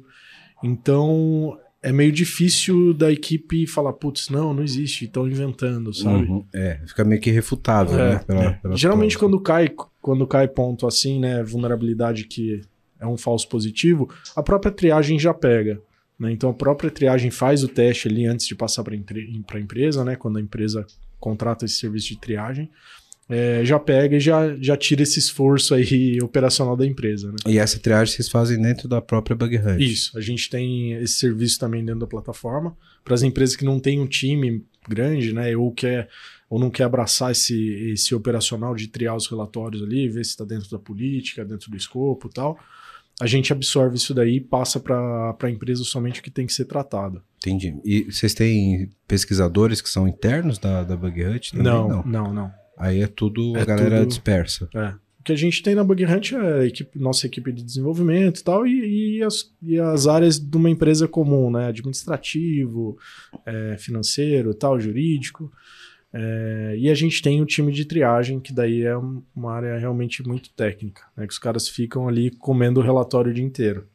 [SPEAKER 2] então é meio difícil da equipe falar, putz, não, não existe, estão inventando, sabe?
[SPEAKER 1] Uhum. É, fica meio que refutável,
[SPEAKER 2] É,
[SPEAKER 1] né? Pela,
[SPEAKER 2] é.
[SPEAKER 1] pela
[SPEAKER 2] Geralmente
[SPEAKER 1] prova.
[SPEAKER 2] quando cai, quando cai ponto assim, né, vulnerabilidade que é um falso positivo, a própria triagem já pega, né? Então a própria triagem faz o teste ali antes de passar para a empresa, né, quando a empresa contrata esse serviço de triagem, é, já pega e já, já tira esse esforço aí operacional da empresa, né?
[SPEAKER 1] E essa triagem vocês fazem dentro da própria Bug Hunt.
[SPEAKER 2] Isso, a gente tem esse serviço também dentro da plataforma para as empresas que não têm um time grande, né, ou quer ou não quer abraçar esse, esse operacional de triar os relatórios ali, ver se está dentro da política, dentro do escopo e tal. a gente absorve isso daí e passa para a empresa somente o que tem que ser tratado.
[SPEAKER 1] Entendi. E vocês têm pesquisadores que são internos da, da Bug Hunt também?
[SPEAKER 2] Não,
[SPEAKER 1] não,
[SPEAKER 2] não, não.
[SPEAKER 1] Aí é tudo
[SPEAKER 2] É
[SPEAKER 1] a galera
[SPEAKER 2] tudo-
[SPEAKER 1] dispersa.
[SPEAKER 2] É. O que a gente tem na Bug Hunt é a equipe, nossa equipe de desenvolvimento e tal, e, e, as, e as áreas de uma empresa comum, né? Administrativo, é, financeiro, tal, jurídico. É, e a gente tem o time de triagem, que daí é um- uma área realmente muito técnica, né? Que os caras ficam ali comendo o relatório o dia inteiro.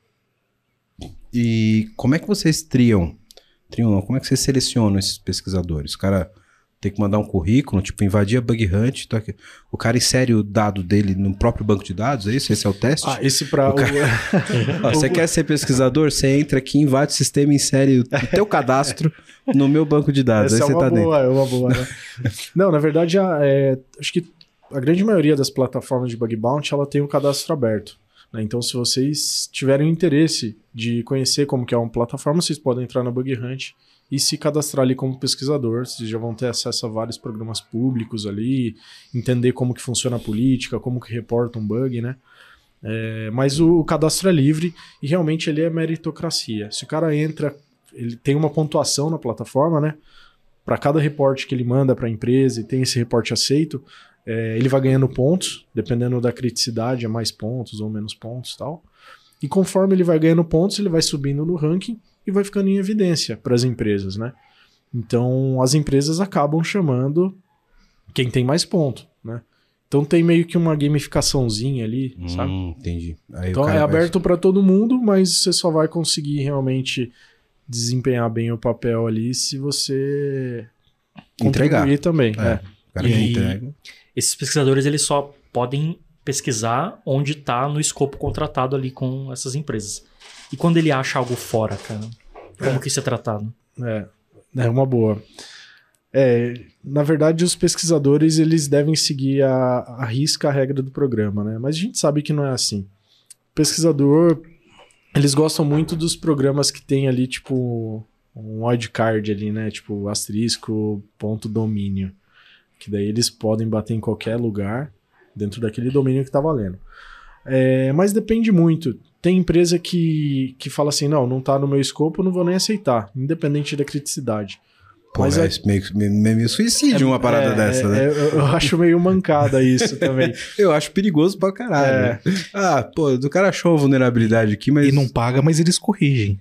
[SPEAKER 1] E como é que vocês triam? Triam não, como é que vocês selecionam esses pesquisadores? O cara tem que mandar um currículo, tipo, invadir a Bug Hunt, tá aqui. O cara insere o dado dele no próprio banco de dados, é isso? Esse é o teste?
[SPEAKER 2] Ah, esse para
[SPEAKER 1] O cara- Ó, você quer ser pesquisador? Você entra aqui, invade o sistema e insere o o teu cadastro no meu banco de dados.
[SPEAKER 2] Essa
[SPEAKER 1] Aí
[SPEAKER 2] é
[SPEAKER 1] você
[SPEAKER 2] uma
[SPEAKER 1] tá
[SPEAKER 2] boa,
[SPEAKER 1] dentro.
[SPEAKER 2] é uma boa, né? Não, na verdade, a- é, acho que a grande maioria das plataformas de bug bounty, ela tem um cadastro aberto, né? Então, se vocês tiverem interesse de conhecer como que é uma plataforma, vocês podem entrar na Bug Hunt e se cadastrar ali como pesquisador. Vocês já vão ter acesso a vários programas públicos ali, entender como que funciona a política, como que reporta um bug, né? É, mas o, o cadastro é livre e realmente ele é meritocracia. Se o cara entra, ele tem uma pontuação na plataforma, né? Para cada reporte que ele manda para a empresa e tem esse reporte aceito, é, ele vai ganhando pontos, dependendo da criticidade, é mais pontos ou menos pontos e tal. E conforme ele vai ganhando pontos, ele vai subindo no ranking e vai ficando em evidência para as empresas, né? Então, as empresas acabam chamando quem tem mais ponto, né? Então tem meio que uma gamificaçãozinha ali, sabe?
[SPEAKER 1] Hum, entendi. Aí o
[SPEAKER 2] Então
[SPEAKER 1] cara
[SPEAKER 2] é
[SPEAKER 1] vai-
[SPEAKER 2] aberto para todo mundo, mas você só vai conseguir realmente desempenhar bem o papel ali se você
[SPEAKER 1] Entregar.
[SPEAKER 2] contribuir também.
[SPEAKER 1] É.
[SPEAKER 2] É.
[SPEAKER 1] O cara
[SPEAKER 4] E
[SPEAKER 1] que
[SPEAKER 4] aí-
[SPEAKER 1] entrega.
[SPEAKER 4] Esses pesquisadores, eles só podem pesquisar onde está no escopo contratado ali com essas empresas. E quando ele acha algo fora, cara, como que isso é tratado?
[SPEAKER 2] É, é uma boa. É, na verdade, os pesquisadores eles devem seguir a, a risca a regra do programa, né? Mas a gente sabe que não é assim. O pesquisador, eles gostam muito dos programas que tem ali, tipo, um wildcard ali, né? Tipo, asterisco, ponto domínio. Que daí eles podem bater em qualquer lugar dentro daquele domínio que tá valendo. É, mas depende muito. Tem empresa que, que fala assim, não, não tá no meu escopo, não vou nem aceitar, independente da criticidade.
[SPEAKER 1] Pô,
[SPEAKER 2] Mas
[SPEAKER 1] é
[SPEAKER 2] é-
[SPEAKER 1] meio, meio, meio suicídio uma parada
[SPEAKER 2] É,
[SPEAKER 1] dessa,
[SPEAKER 2] é,
[SPEAKER 1] né?
[SPEAKER 2] é, eu, eu acho meio mancada isso também.
[SPEAKER 1] Eu acho perigoso pra caralho.
[SPEAKER 2] É.
[SPEAKER 1] Ah, pô, o cara achou uma vulnerabilidade aqui, mas...
[SPEAKER 3] E não paga, mas eles corrigem.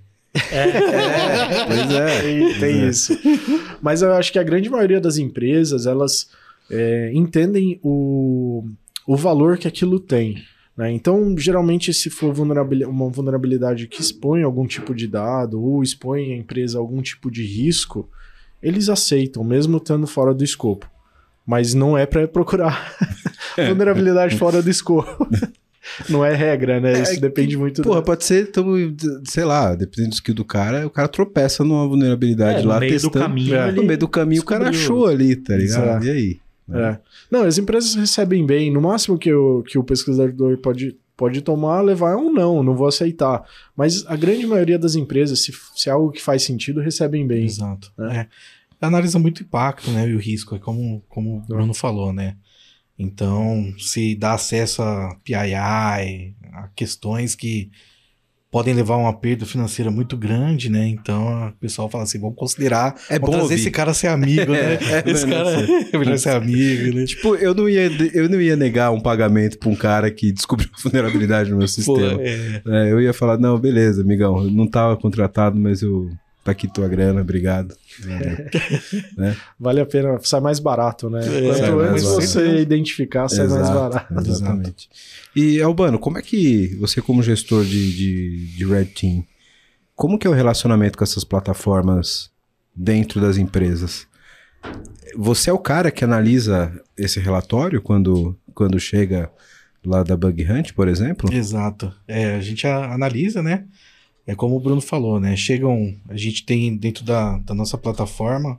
[SPEAKER 1] É, pois é.
[SPEAKER 2] Tem, tem isso. Mas eu acho que a grande maioria das empresas, elas é, entendem o, o valor que aquilo tem. Né? Então, geralmente, se for vulnerabil- uma vulnerabilidade que expõe algum tipo de dado ou expõe a empresa a algum tipo de risco, eles aceitam, mesmo estando fora do escopo. Mas não é para procurar vulnerabilidade fora do escopo. Não é regra, né? Isso
[SPEAKER 1] É,
[SPEAKER 2] depende muito
[SPEAKER 1] Porra,
[SPEAKER 2] da...
[SPEAKER 1] pode ser, tamo, sei lá, dependendo do skill do cara, o cara tropeça numa vulnerabilidade
[SPEAKER 4] É, no
[SPEAKER 1] lá,
[SPEAKER 4] meio do
[SPEAKER 1] testando.
[SPEAKER 4] caminho,
[SPEAKER 2] É.
[SPEAKER 1] No
[SPEAKER 4] ele
[SPEAKER 1] meio do caminho o cara
[SPEAKER 4] descobriu.
[SPEAKER 1] achou ali, tá ligado?
[SPEAKER 2] Exato.
[SPEAKER 1] E aí?
[SPEAKER 2] É. Não, as empresas recebem bem. No máximo que o, que o pesquisador pode, pode tomar, levar é um não, não vou aceitar. Mas a grande maioria das empresas, se, se é algo que faz sentido, recebem bem.
[SPEAKER 3] Exato.
[SPEAKER 2] É.
[SPEAKER 3] É. Analisa muito o impacto, né? E o risco, é como, como o Bruno falou, né? Então, se dá acesso a P I I, a questões que podem levar a uma perda financeira muito grande, né? Então, o pessoal fala assim, vamos considerar,
[SPEAKER 1] É
[SPEAKER 3] vamos
[SPEAKER 1] bom
[SPEAKER 3] trazer
[SPEAKER 1] ouvir.
[SPEAKER 3] esse cara a ser amigo, né?
[SPEAKER 1] É,
[SPEAKER 3] esse
[SPEAKER 1] não,
[SPEAKER 3] cara é melhor ser amigo, né?
[SPEAKER 1] Tipo, eu não, ia, eu não ia negar um pagamento pra um cara que descobriu vulnerabilidade no meu
[SPEAKER 3] Pô,
[SPEAKER 1] sistema.
[SPEAKER 3] é,
[SPEAKER 1] É, eu ia falar, não, beleza, amigão, eu não tava contratado, mas eu... Tá aqui tua grana, obrigado. Né?
[SPEAKER 2] Vale a pena, sai mais barato, né?
[SPEAKER 3] É,
[SPEAKER 2] Quanto
[SPEAKER 1] sai mais
[SPEAKER 2] antes
[SPEAKER 1] barato.
[SPEAKER 2] você identificar, sai mais
[SPEAKER 1] Exato,
[SPEAKER 2] barato.
[SPEAKER 1] Exatamente. E, Albano, como é que você, como gestor de, de, de Red Team, como que é o relacionamento com essas plataformas dentro das empresas? Você é o cara que analisa esse relatório quando, quando chega lá da Bug Hunt, por exemplo?
[SPEAKER 3] exato. É, a gente a- analisa, né? É como o Bruno falou, né? Chegam, a gente tem dentro da, da nossa plataforma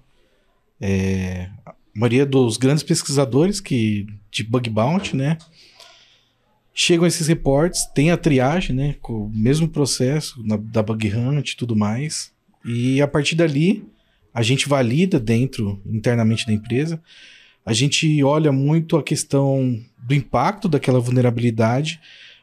[SPEAKER 3] é, a maioria dos grandes pesquisadores que, de bug bounty, né? Chegam esses reportes, tem a triagem, né? Com o mesmo processo na- da Bug Hunt e tudo mais. E a partir dali, a gente valida dentro, internamente da empresa. A gente olha muito a questão do impacto daquela vulnerabilidade,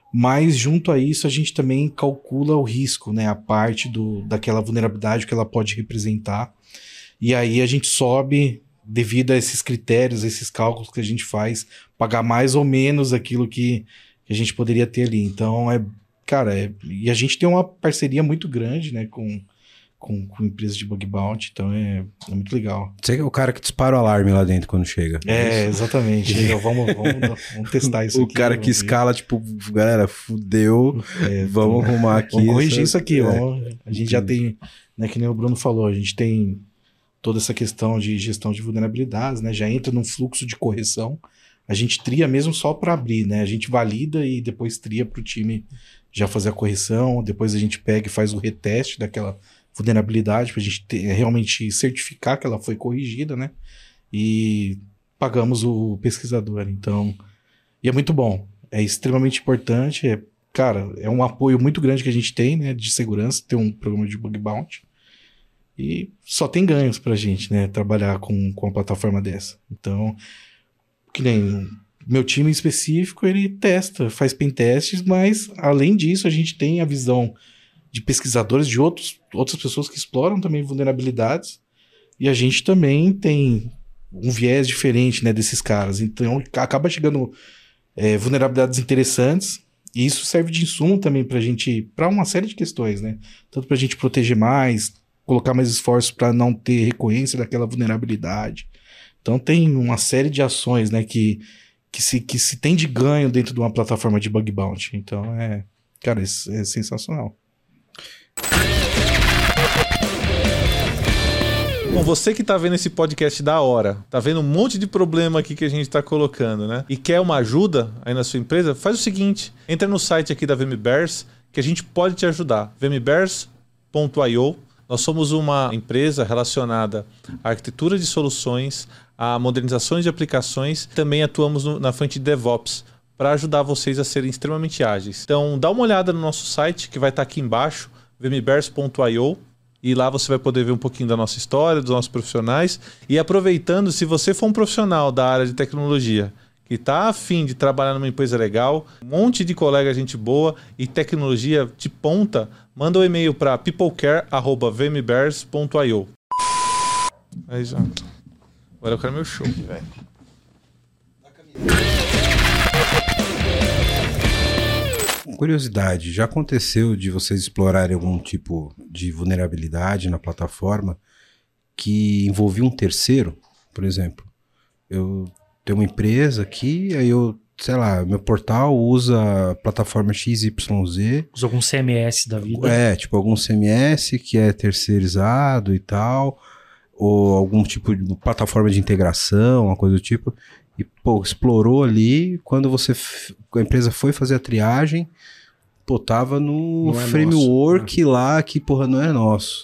[SPEAKER 3] Mas junto a isso a gente também calcula o risco, né? A parte do, daquela vulnerabilidade que ela pode representar. E aí a gente sobe, devido a esses critérios, esses cálculos que a gente faz, pagar mais ou menos aquilo que, que a gente poderia ter ali. Então, é, cara, é, e a gente tem uma parceria muito grande, né, com, com, com empresas de bug bounty, então é, é muito legal.
[SPEAKER 1] Você é o cara que dispara o alarme lá dentro quando chega.
[SPEAKER 3] É, exatamente. Chega, vamos, vamos, vamos testar isso
[SPEAKER 1] o
[SPEAKER 3] aqui.
[SPEAKER 1] O cara que
[SPEAKER 3] ver.
[SPEAKER 1] escala, tipo, galera, fudeu,
[SPEAKER 3] é,
[SPEAKER 1] vamos
[SPEAKER 3] então,
[SPEAKER 1] arrumar aqui.
[SPEAKER 3] Vamos corrigir
[SPEAKER 1] essa...
[SPEAKER 3] isso aqui.
[SPEAKER 1] É.
[SPEAKER 3] Vamos, a gente já tem, né, que nem o Bruno falou, a gente tem toda essa questão de gestão de vulnerabilidades, né? Já entra num fluxo de correção. A gente tria mesmo só para abrir, né? A gente valida e depois tria para o time já fazer a correção. Depois a gente pega e faz o reteste daquela vulnerabilidade para a gente ter, realmente certificar que ela foi corrigida, né? E pagamos o pesquisador. Então, e é muito bom. É extremamente importante. É, cara, é um apoio muito grande que a gente tem, né? De segurança, ter um programa de bug bounty. E só tem ganhos pra gente, né? Trabalhar com, com uma plataforma dessa. Então, que nem meu time em específico, ele testa, faz pentestes, mas além disso, a gente tem a visão de pesquisadores, de outros, outras pessoas que exploram também vulnerabilidades. E a gente também tem um viés diferente, né, desses caras. Então, acaba chegando é, vulnerabilidades interessantes. E isso serve de insumo também pra gente, pra uma série de questões, né? Tanto pra gente proteger mais, colocar mais esforço para não ter recorrência daquela vulnerabilidade. Então tem uma série de ações, né, que, que, se, que se tem de ganho dentro de uma plataforma de bug bounty. Então é, cara, isso é sensacional.
[SPEAKER 6] Bom, você que tá vendo esse podcast da hora, tá vendo um monte de problema aqui que a gente tá colocando, né? E quer uma ajuda aí na sua empresa, faz o seguinte, entra no site aqui da VMBears que a gente pode te ajudar, v m bears ponto i o. Nós somos uma empresa relacionada à arquitetura de soluções, a modernizações de aplicações, também atuamos no, na frente de DevOps para ajudar vocês a serem extremamente ágeis. Então dá uma olhada no nosso site que vai estar aqui embaixo, v m bears ponto i o, e lá você vai poder ver um pouquinho da nossa história, dos nossos profissionais. E aproveitando, se você for um profissional da área de tecnologia que está afim de trabalhar numa empresa legal, um monte de colega, gente boa e tecnologia de ponta, manda um e-mail para peoplecare arroba v m bears ponto i o. Aí já. Agora eu quero meu show, velho.
[SPEAKER 1] Curiosidade, já aconteceu de vocês explorarem algum tipo de vulnerabilidade na plataforma que envolvia um terceiro? Por exemplo, eu tenho uma empresa aqui, aí eu, sei lá, meu portal usa a plataforma X Y Z.
[SPEAKER 4] Usa algum C M S da vida.
[SPEAKER 1] É, tipo algum C M S que é terceirizado e tal, ou algum tipo de plataforma de integração, uma coisa do tipo. E, pô, explorou ali, quando você, a empresa foi fazer a triagem, pô, tava no
[SPEAKER 2] Não é
[SPEAKER 1] framework
[SPEAKER 2] nosso, né?
[SPEAKER 1] lá que, porra, não é nosso.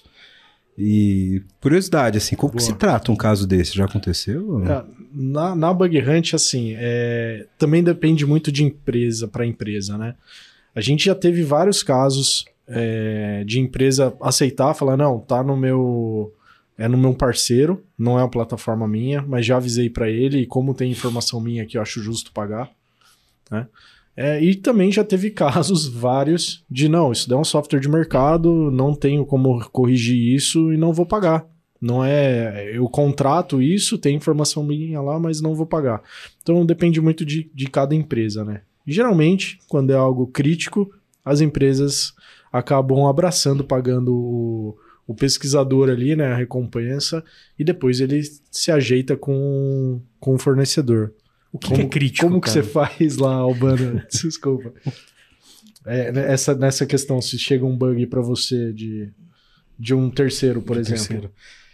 [SPEAKER 1] E, curiosidade, assim, como que se trata um caso desse? Já aconteceu?
[SPEAKER 2] É, na, na Bug Hunt, assim, é, também depende muito de empresa para empresa, né? A gente já teve vários casos é, de empresa aceitar, falar, não, tá no meu... É no meu parceiro, não é uma plataforma minha, mas já avisei para ele e como tem informação minha aqui, eu acho justo pagar, né? É, e também já teve casos vários de não, isso daí é um software de mercado, não tenho como corrigir isso e não vou pagar. Não é, eu contrato isso, tem informação minha lá, mas não vou pagar. Então depende muito de, de cada empresa, né? E, geralmente, quando é algo crítico, as empresas acabam abraçando, pagando o o pesquisador ali, né, a recompensa, e depois ele se ajeita com, com o fornecedor.
[SPEAKER 4] O que,
[SPEAKER 2] como,
[SPEAKER 4] que é crítico,
[SPEAKER 2] Como que
[SPEAKER 4] cara?
[SPEAKER 2] você faz lá, Albano? Desculpa. É, essa, nessa questão, se chega um bug para você de, de um terceiro, por
[SPEAKER 3] De
[SPEAKER 2] exemplo.
[SPEAKER 3] terceiro.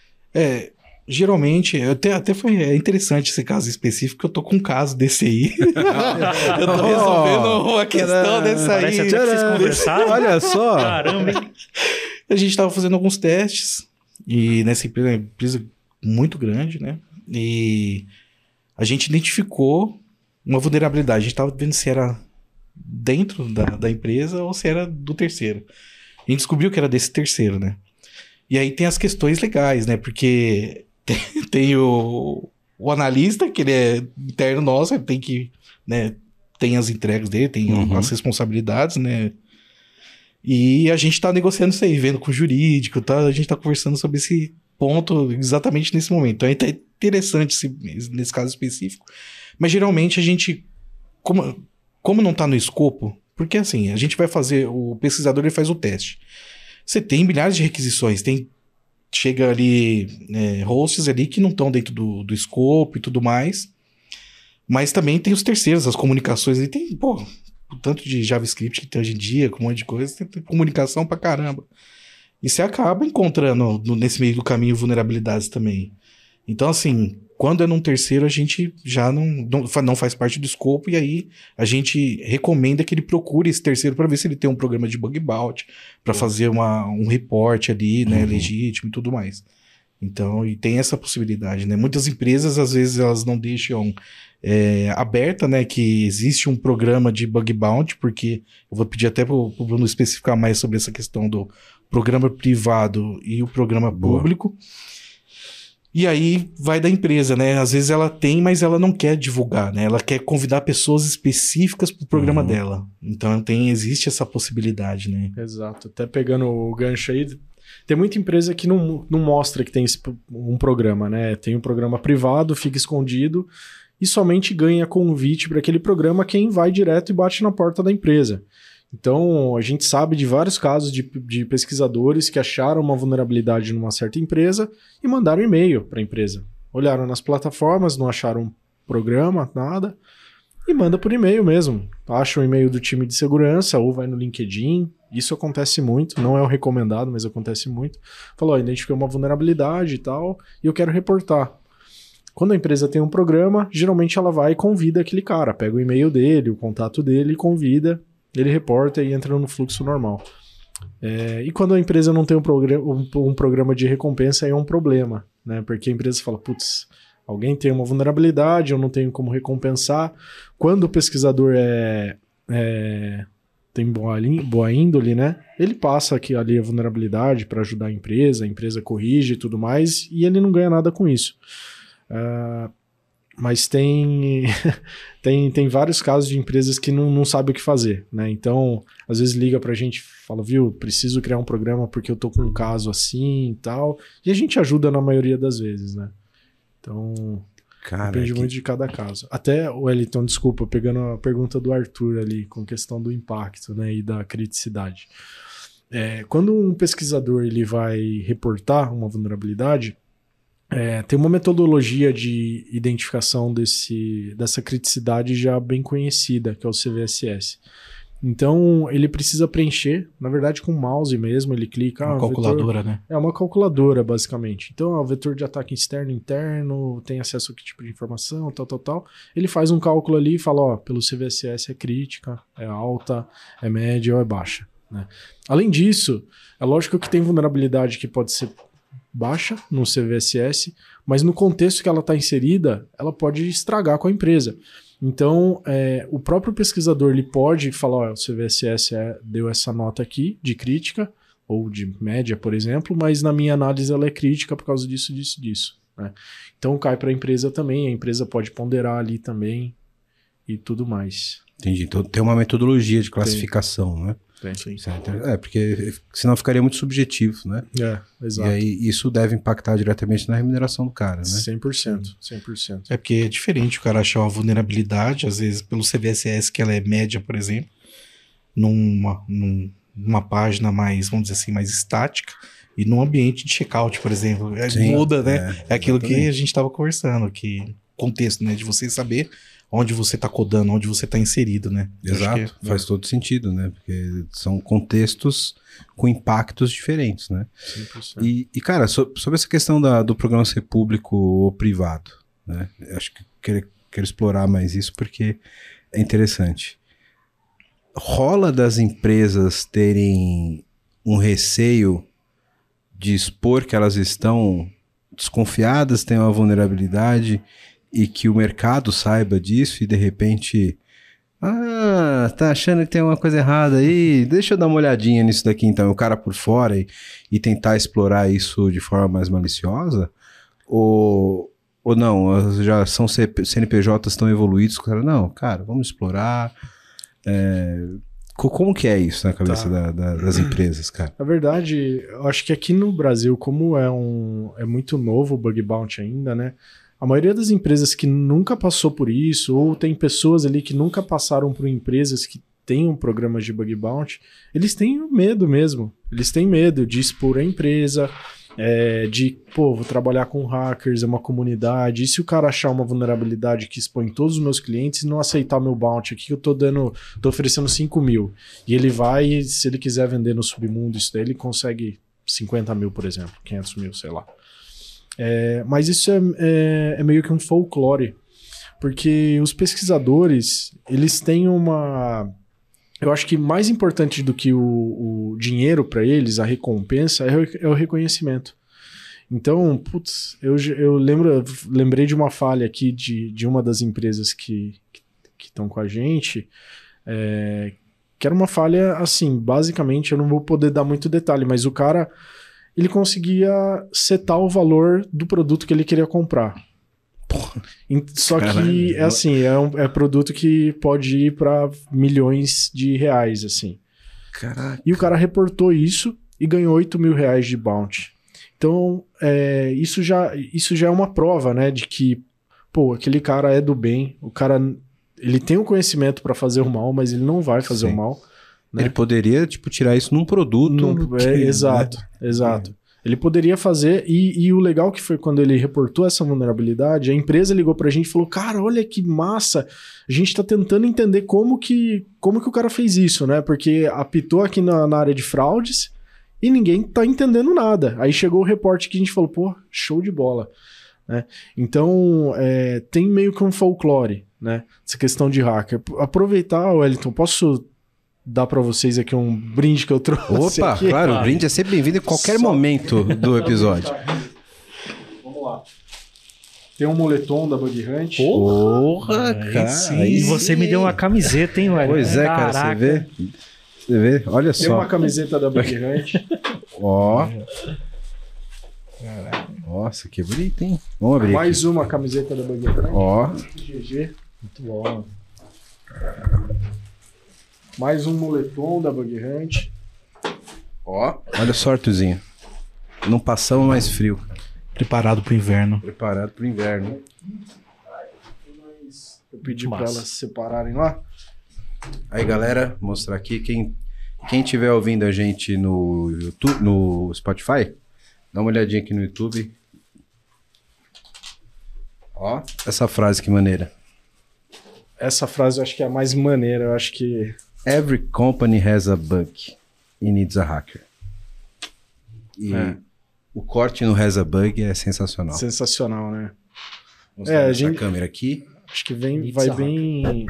[SPEAKER 3] É, geralmente, até, até foi é interessante esse caso específico, que eu tô com um caso desse aí. Eu tô resolvendo uma questão dessa aí.
[SPEAKER 4] Parece até que vocês conversaram.
[SPEAKER 1] Olha só!
[SPEAKER 4] Caramba, hein?
[SPEAKER 3] A gente estava fazendo alguns testes, e nessa empresa, uma empresa muito grande, né? E a gente identificou uma vulnerabilidade. A gente estava vendo se era dentro da, da empresa ou se era do terceiro. A gente descobriu que era desse terceiro, né? E aí tem as questões legais, né? Porque tem, tem o, o analista, que ele é interno nosso, ele tem que, né, tem as entregas dele, tem
[SPEAKER 1] Uhum.
[SPEAKER 3] as responsabilidades, né? E a gente tá negociando isso aí, vendo com o jurídico, tá? A gente tá conversando sobre esse ponto exatamente nesse momento. Então, é até interessante esse, nesse caso específico. Mas, geralmente, a gente... Como, como não tá no escopo... Porque, assim, a gente vai fazer... O pesquisador, ele faz o teste. Você tem milhares de requisições. Tem... Chega ali... É, hosts ali que não estão dentro do, do escopo e tudo mais. Mas também tem os terceiros, as comunicações. Ali tem, pô... O tanto de JavaScript que tem hoje em dia, com um monte de coisa, tem, tem comunicação pra caramba. E você acaba encontrando no, nesse meio do caminho vulnerabilidades também. Então, assim, quando é num terceiro, a gente já não, não, não faz parte do escopo, e aí a gente recomenda que ele procure esse terceiro para ver se ele tem um programa de bug bounty, para fazer uma, um reporte ali, né,
[SPEAKER 1] Uhum.
[SPEAKER 3] legítimo e tudo mais. Então, e tem essa possibilidade, né? Muitas empresas, às vezes, elas não deixam é, aberta, né, que existe um programa de bug bounty, porque eu vou pedir até pro, pro Bruno especificar mais sobre essa questão do programa privado e o programa
[SPEAKER 1] Boa.
[SPEAKER 3] público. E aí vai da empresa, né? Às vezes ela tem, mas ela não quer divulgar, né? Ela quer convidar pessoas específicas pro programa
[SPEAKER 1] Uhum.
[SPEAKER 3] dela. Então tem, existe essa possibilidade, né?
[SPEAKER 2] Exato. Até pegando o gancho aí, tem muita empresa que não, não mostra que tem esse, um programa, né? Tem um programa privado, fica escondido e somente ganha convite para aquele programa quem vai direto e bate na porta da empresa. Então, a gente sabe de vários casos de, de pesquisadores que acharam uma vulnerabilidade numa certa empresa e mandaram e-mail para a empresa. Olharam nas plataformas, não acharam programa, nada, e manda por e-mail mesmo. Acha o e-mail do time de segurança ou vai no LinkedIn. Isso acontece muito, não é o recomendado, mas acontece muito. Falou, ó, identifiquei uma vulnerabilidade e tal, e eu quero reportar. Quando a empresa tem um programa, geralmente ela vai e convida aquele cara, pega o e-mail dele, o contato dele e convida. Ele reporta e entra no fluxo normal. É, e quando a empresa não tem um, progr um, um programa de recompensa, aí é um problema, né? Porque a empresa fala, putz, alguém tem uma vulnerabilidade, eu não tenho como recompensar. Quando o pesquisador é, é, tem boa, boa índole, né? Ele passa aqui, ali a vulnerabilidade para ajudar a empresa, a empresa corrige e tudo mais, e ele não ganha nada com isso. Uh, Mas tem, tem, tem vários casos de empresas que não, não sabem o que fazer, né? Então, às vezes liga pra gente e fala, viu, preciso criar um programa porque eu tô com um caso assim e tal. E a gente ajuda na maioria das vezes, né? Então,
[SPEAKER 1] Cara,
[SPEAKER 2] depende
[SPEAKER 1] que-
[SPEAKER 2] muito de cada caso. Até, Wellington, desculpa, pegando a pergunta do Arthur ali, com questão do impacto, né, e da criticidade. É, quando um pesquisador ele vai reportar uma vulnerabilidade, É, tem uma metodologia de identificação desse, dessa criticidade já bem conhecida, que é o C V S S. Então, ele precisa preencher, na verdade, com o mouse mesmo, ele clica...
[SPEAKER 3] Uma
[SPEAKER 2] ah,
[SPEAKER 3] calculadora,
[SPEAKER 2] vetor-
[SPEAKER 3] né?
[SPEAKER 2] É uma calculadora, basicamente. Então, o vetor de ataque externo e interno, tem acesso a que tipo de informação, tal, tal, tal. Ele faz um cálculo ali e fala, ó, pelo C V S S é crítica, é alta, é média ou é baixa, né? Além disso, é lógico que tem vulnerabilidade que pode ser baixa no C V S S, mas no contexto que ela está inserida, ela pode estragar com a empresa. Então, é, o próprio pesquisador ele pode falar, ó, o C V S S é, deu essa nota aqui de crítica, ou de média, por exemplo, mas na minha análise ela é crítica por causa disso, disso, disso, né? Então cai para a empresa também, a empresa pode ponderar ali também e tudo mais.
[SPEAKER 1] Entendi. Então tem uma metodologia de classificação, né?
[SPEAKER 2] Sim.
[SPEAKER 1] Certo. É, porque senão ficaria muito subjetivo, né?
[SPEAKER 2] É, exato.
[SPEAKER 1] E aí isso deve impactar diretamente na remuneração do cara, né?
[SPEAKER 2] cem por cento, cem por cento.
[SPEAKER 3] É porque é diferente o cara achar uma vulnerabilidade, às vezes pelo C V S S, que ela é média, por exemplo, numa, num- numa página mais, vamos dizer assim, mais estática, e num ambiente de checkout, por exemplo. É,
[SPEAKER 1] Sim,
[SPEAKER 3] muda, né? É, aquilo que
[SPEAKER 1] exatamente.
[SPEAKER 3] a gente estava conversando, que contexto, né? De você saber onde você está codando, onde você está inserido, né? Eu acho
[SPEAKER 1] Exato,
[SPEAKER 3] que é-
[SPEAKER 1] faz todo sentido, né? Porque são contextos com impactos diferentes, né?
[SPEAKER 2] cem por cento.
[SPEAKER 1] E, e, cara, so- sobre essa questão da- do programa ser público ou privado, né? Eu acho que quero, quero explorar mais isso porque é interessante. Rola das empresas terem um receio de expor que elas estão desconfiadas, têm uma vulnerabilidade e que o mercado saiba disso e de repente... Ah, tá achando que tem uma coisa errada aí? Deixa eu dar uma olhadinha nisso daqui então. O cara por fora e, e tentar explorar isso de forma mais maliciosa? Ou, Ou não, já são C N P Js tão evoluídos que cara, não, cara, vamos explorar. É, como que é isso na cabeça
[SPEAKER 2] Tá.
[SPEAKER 1] da, da, das empresas, cara?
[SPEAKER 2] Na verdade, eu acho que aqui no Brasil, como é, um, é muito novo o bug bounty ainda, né? A maioria das empresas que nunca passou por isso, ou tem pessoas ali que nunca passaram por empresas que tenham programas de bug bounty, eles têm medo mesmo. Eles têm medo de expor a empresa, é, de, pô, vou trabalhar com hackers, é uma comunidade, e se o cara achar uma vulnerabilidade que expõe todos os meus clientes e não aceitar meu bounty aqui, eu tô dando, tô oferecendo cinco mil, e ele vai, se ele quiser vender no submundo isso daí, ele consegue cinquenta mil, por exemplo, quinhentos mil, sei lá. É, mas isso é, é, é meio que um folclore, porque os pesquisadores, eles têm uma... Eu acho que mais importante do que o, o dinheiro para eles, a recompensa, é o, é o reconhecimento. Então, putz, eu, eu lembro, lembrei de uma falha aqui de, de uma das empresas que estão com a gente, é, que era uma falha, assim, basicamente, eu não vou poder dar muito detalhe, mas o cara, ele conseguia setar o valor do produto que ele queria comprar. Porra. Só que, Caralho, é assim, é um é produto que pode ir para milhões de reais, assim.
[SPEAKER 1] Caraca.
[SPEAKER 2] E o cara reportou isso e ganhou oito mil reais de bounty. Então, é, isso, já, isso já é uma prova, né, de que, pô, aquele cara é do bem, o cara, ele tem o conhecimento para fazer o mal, mas ele não vai fazer Sim. o mal. Né?
[SPEAKER 1] Ele poderia, tipo, tirar isso num produto.
[SPEAKER 2] Num, é, que, exato, né? exato. É. Ele poderia fazer, e, e o legal que foi quando ele reportou essa vulnerabilidade, a empresa ligou pra gente e falou, cara, olha que massa, a gente tá tentando entender como que, como que o cara fez isso, né? Porque apitou aqui na, na área de fraudes e ninguém tá entendendo nada. Aí chegou o reporte que a gente falou, pô, show de bola. Né? Então, é, tem meio que um folclore, né? Essa questão de hacker. Aproveitar, Wellington, posso... dar pra vocês aqui um brinde que eu trouxe.
[SPEAKER 1] Opa,
[SPEAKER 2] aqui.
[SPEAKER 1] claro, o brinde é sempre bem-vindo em qualquer Só... momento do episódio.
[SPEAKER 2] Vamos lá. Tem um moletom da Bug Hunt.
[SPEAKER 1] Porra, Aí cara.
[SPEAKER 4] Sim. E você me deu uma camiseta, hein, velho?
[SPEAKER 1] Pois é, Caraca. cara, você vê? Você vê? Olha só.
[SPEAKER 2] Tem uma camiseta da Bug Hunt.
[SPEAKER 1] Ó. Nossa, que bonito, hein? Vamos abrir
[SPEAKER 2] Mais
[SPEAKER 1] aqui.
[SPEAKER 2] uma camiseta da Bug Hunt.
[SPEAKER 1] Ó.
[SPEAKER 2] G G. Muito bom. Mais um moletom da Bug Hunt.
[SPEAKER 1] Ó, olha só, Arthurzinho. Não passamos mais frio.
[SPEAKER 3] Preparado pro inverno.
[SPEAKER 1] Preparado pro inverno.
[SPEAKER 2] Eu pedi para elas separarem lá.
[SPEAKER 1] Aí, galera, mostrar aqui. Quem quem estiver ouvindo a gente no YouTube, no Spotify, dá uma olhadinha aqui no YouTube. Ó, essa frase que maneira.
[SPEAKER 2] Essa frase eu acho que é a mais maneira. Eu acho que...
[SPEAKER 1] Every company has a bug and needs a hacker. E é. o corte no has a bug é sensacional.
[SPEAKER 2] Sensacional, né?
[SPEAKER 1] Vamos é, a gente... câmera aqui.
[SPEAKER 2] Acho que vem, vai bem...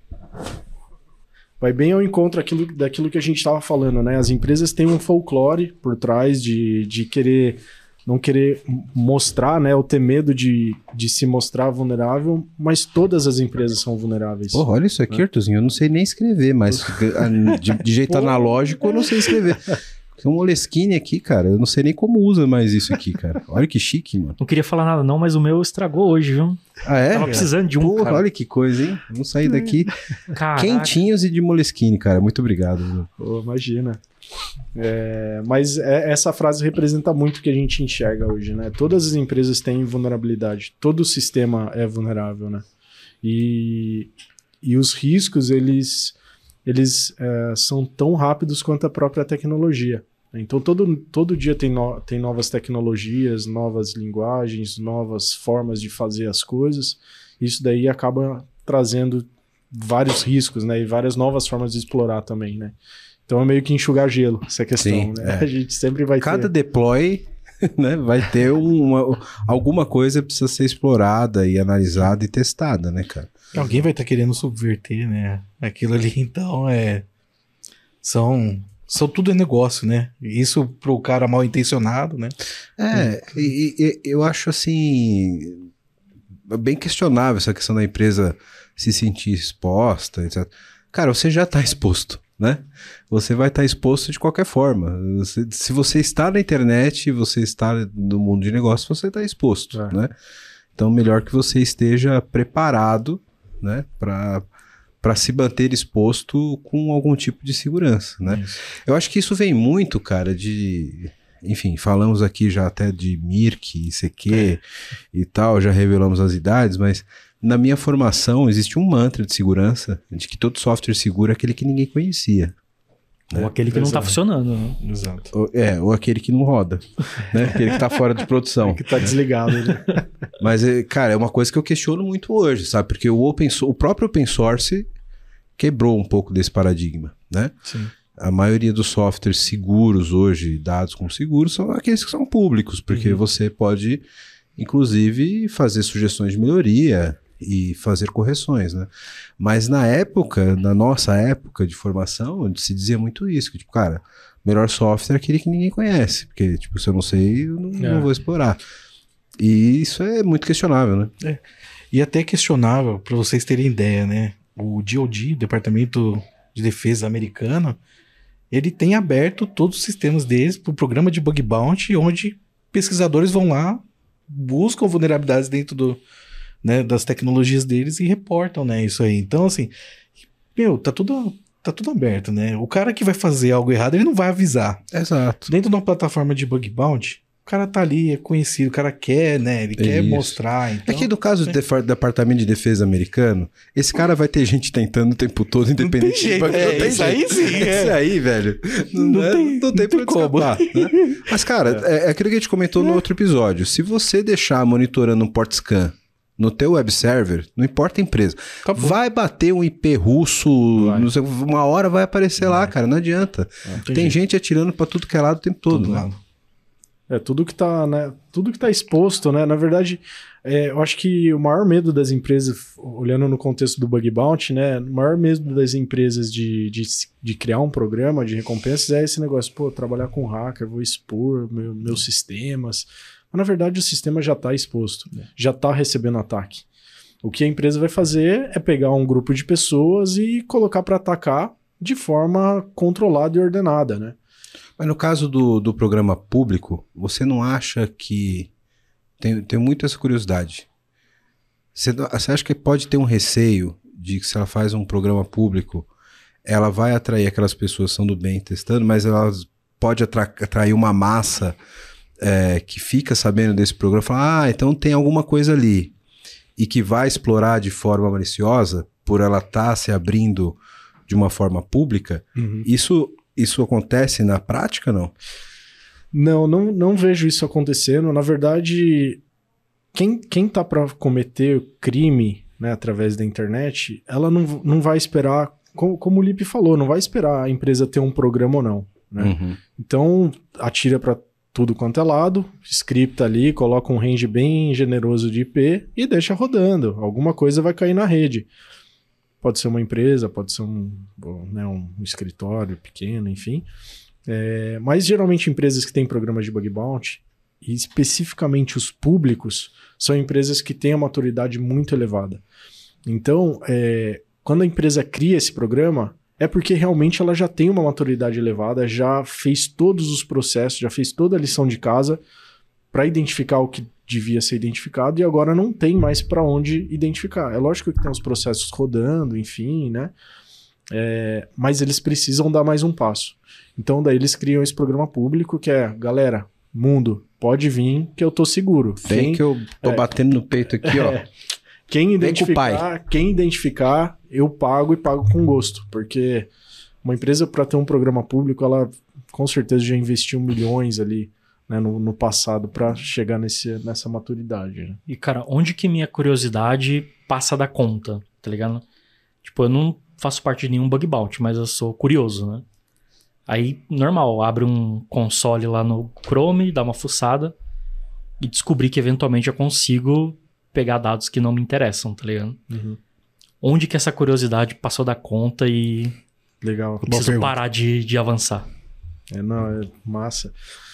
[SPEAKER 2] Vai bem ao encontro daquilo, daquilo que a gente estava falando, né? As empresas têm um folclore por trás de, de querer... não querer mostrar, né, ou ter medo de, de se mostrar vulnerável, mas todas as empresas são vulneráveis.
[SPEAKER 1] Porra, olha isso aqui, né? Arthurzinho, eu não sei nem escrever, mas de, de jeito analógico eu não sei escrever. Tem um Moleskine aqui, cara, eu não sei nem como usa mais isso aqui, cara. Olha que chique, mano.
[SPEAKER 4] Não queria falar nada não, mas o meu estragou hoje, viu?
[SPEAKER 1] Ah, é?
[SPEAKER 4] Tava precisando de um,
[SPEAKER 1] Porra,
[SPEAKER 4] cara.
[SPEAKER 1] Olha que coisa, hein? Vamos sair daqui
[SPEAKER 4] Caraca.
[SPEAKER 1] quentinhos e de Moleskine, cara. Muito obrigado.
[SPEAKER 2] Pô, imagina. É, mas é, essa frase representa muito o que a gente enxerga hoje, né? Todas as empresas têm vulnerabilidade, todo o sistema é vulnerável, né? E, e os riscos, eles, eles é, são tão rápidos quanto a própria tecnologia. Então todo, todo dia tem, no, tem novas tecnologias, novas linguagens, novas formas de fazer as coisas. Isso daí acaba trazendo vários riscos, né? E várias novas formas de explorar também, né? Então é meio que enxugar gelo, essa questão, Sim, né? É. A gente sempre vai
[SPEAKER 1] Cada
[SPEAKER 2] ter...
[SPEAKER 1] deploy, né, vai ter uma, alguma coisa que precisa ser explorada e analisada e testada, né, cara?
[SPEAKER 3] Alguém vai estar tá querendo subverter, né? Aquilo ali, então, é... São... São tudo é negócio, né? Isso pro cara mal intencionado, né?
[SPEAKER 1] É, e, e eu acho assim... bem questionável essa questão da empresa se sentir exposta, etcétera. Cara, você já está exposto, né? Você vai estar exposto de qualquer forma. Você, se você está na internet, você está no mundo de negócios, você está exposto, é. né? Então, melhor que você esteja preparado, né, para para se manter exposto com algum tipo de segurança, né? Isso. Eu acho que isso vem muito, cara, de... Enfim, falamos aqui já até de Mirk, I C Q é. e tal, já revelamos as idades, mas na minha formação existe um mantra de segurança, de que todo software seguro é aquele que ninguém conhecia.
[SPEAKER 4] Ou
[SPEAKER 1] né?
[SPEAKER 4] aquele que Exato. não está funcionando. Né?
[SPEAKER 3] Exato.
[SPEAKER 1] Ou, é, ou aquele que não roda, né? Aquele que está fora de produção.
[SPEAKER 2] que está desligado. Né?
[SPEAKER 1] Mas, cara, é uma coisa que eu questiono muito hoje, sabe? Porque o, open, o próprio open source quebrou um pouco desse paradigma, né?
[SPEAKER 3] Sim.
[SPEAKER 1] A maioria dos softwares seguros hoje, dados como seguros, são aqueles que são públicos, porque uhum. você pode, inclusive, fazer sugestões de melhoria e fazer correções, né? Mas na época, na nossa época de formação, se dizia muito isso, que tipo, cara, melhor software é aquele que ninguém conhece, porque, tipo, se eu não sei, eu não, é. não vou explorar. E isso é muito questionável, né?
[SPEAKER 3] É. E até questionável, para vocês terem ideia, né? O D O D, Departamento de Defesa americano, ele tem aberto todos os sistemas deles para o programa de bug bounty, onde pesquisadores vão lá, buscam vulnerabilidades dentro do, né, das tecnologias deles e reportam, né, isso aí. Então, assim, meu, tá tudo, tá tudo aberto, né? O cara que vai fazer algo errado, ele não vai avisar.
[SPEAKER 1] Exato.
[SPEAKER 3] Dentro de uma plataforma de bug bounty, o cara tá ali, é conhecido, o cara quer, né? Ele quer
[SPEAKER 1] Isso.
[SPEAKER 3] mostrar. Então,
[SPEAKER 1] é que no caso do é. Departamento de Defesa americano, esse cara vai ter gente tentando o tempo todo, independente.
[SPEAKER 3] Não tem jeito, de... é, não tem isso jeito. aí sim. É.
[SPEAKER 1] Isso aí, velho. Não, não, é, tem, não tem pra escapar, né? Mas, cara, é. é aquilo que a gente comentou é. no outro episódio. Se você deixar monitorando um port scan no teu web server, não importa a empresa, Acabou. vai bater um I P russo, não sei, uma hora vai aparecer vai. lá, cara, não adianta. Não tem tem gente atirando pra tudo que é lado o tempo todo, todo né? lado.
[SPEAKER 2] É, tudo que tá, né, tudo que tá exposto, né, na verdade, é, eu acho que o maior medo das empresas, olhando no contexto do bug bounty, né, o maior medo das empresas de, de, de criar um programa de recompensas é esse negócio, pô, trabalhar com hacker, vou expor meu, meus sistemas, mas na verdade o sistema já tá exposto, é. já tá recebendo ataque. O que a empresa vai fazer é pegar um grupo de pessoas e colocar para atacar de forma controlada e ordenada, né.
[SPEAKER 1] Mas no caso do, do programa público, você não acha que... Tem, tem muito essa curiosidade. Você, você acha que pode ter um receio de que se ela faz um programa público, ela vai atrair aquelas pessoas que são do bem testando, mas ela pode atra, atrair uma massa é, que fica sabendo desse programa e fala, ah, então tem alguma coisa ali. E que vai explorar de forma maliciosa, por ela estar tá se abrindo de uma forma pública, uhum. isso... Isso acontece na prática, não?
[SPEAKER 2] Não, não, não vejo isso acontecendo. Na verdade, quem, quem tá para cometer crime, né, através da internet, ela não, não vai esperar, como, como o Lipe falou, não vai esperar a empresa ter um programa ou não. Né? Uhum. Então, atira para tudo quanto é lado, scripta ali, coloca um range bem generoso de I P e deixa rodando. Alguma coisa vai cair na rede. Pode ser uma empresa, pode ser um, né, um escritório pequeno, enfim. É, mas geralmente empresas que têm programas de bug bounty, e especificamente os públicos, são empresas que têm a maturidade muito elevada. Então, é, quando a empresa cria esse programa, é porque realmente ela já tem uma maturidade elevada, já fez todos os processos, já fez toda a lição de casa para identificar o que devia ser identificado e agora não tem mais para onde identificar. É lógico que tem os processos rodando, enfim, né? É, mas eles precisam dar mais um passo. Então daí eles criam esse programa público que é, galera, mundo, pode vir que eu tô seguro.
[SPEAKER 1] Vem
[SPEAKER 2] quem,
[SPEAKER 1] que eu tô é, batendo no peito aqui, ó.
[SPEAKER 2] É, quem identificar, quem identificar, eu pago e pago com gosto, porque uma empresa para ter um programa público, ela com certeza já investiu milhões ali, né, no, no passado para chegar nesse, nessa maturidade. Né?
[SPEAKER 4] E, cara, onde que minha curiosidade passa da conta, tá ligado? Tipo, eu não faço parte de nenhum bug bounty, mas eu sou curioso, né? Aí, normal, abre um console lá no Chrome, dá uma fuçada e descobrir que eventualmente eu consigo pegar dados que não me interessam, tá ligado? Uhum. Onde que essa curiosidade passou da conta e
[SPEAKER 2] Legal.
[SPEAKER 4] eu preciso parar de, de avançar?
[SPEAKER 2] É, não, é massa.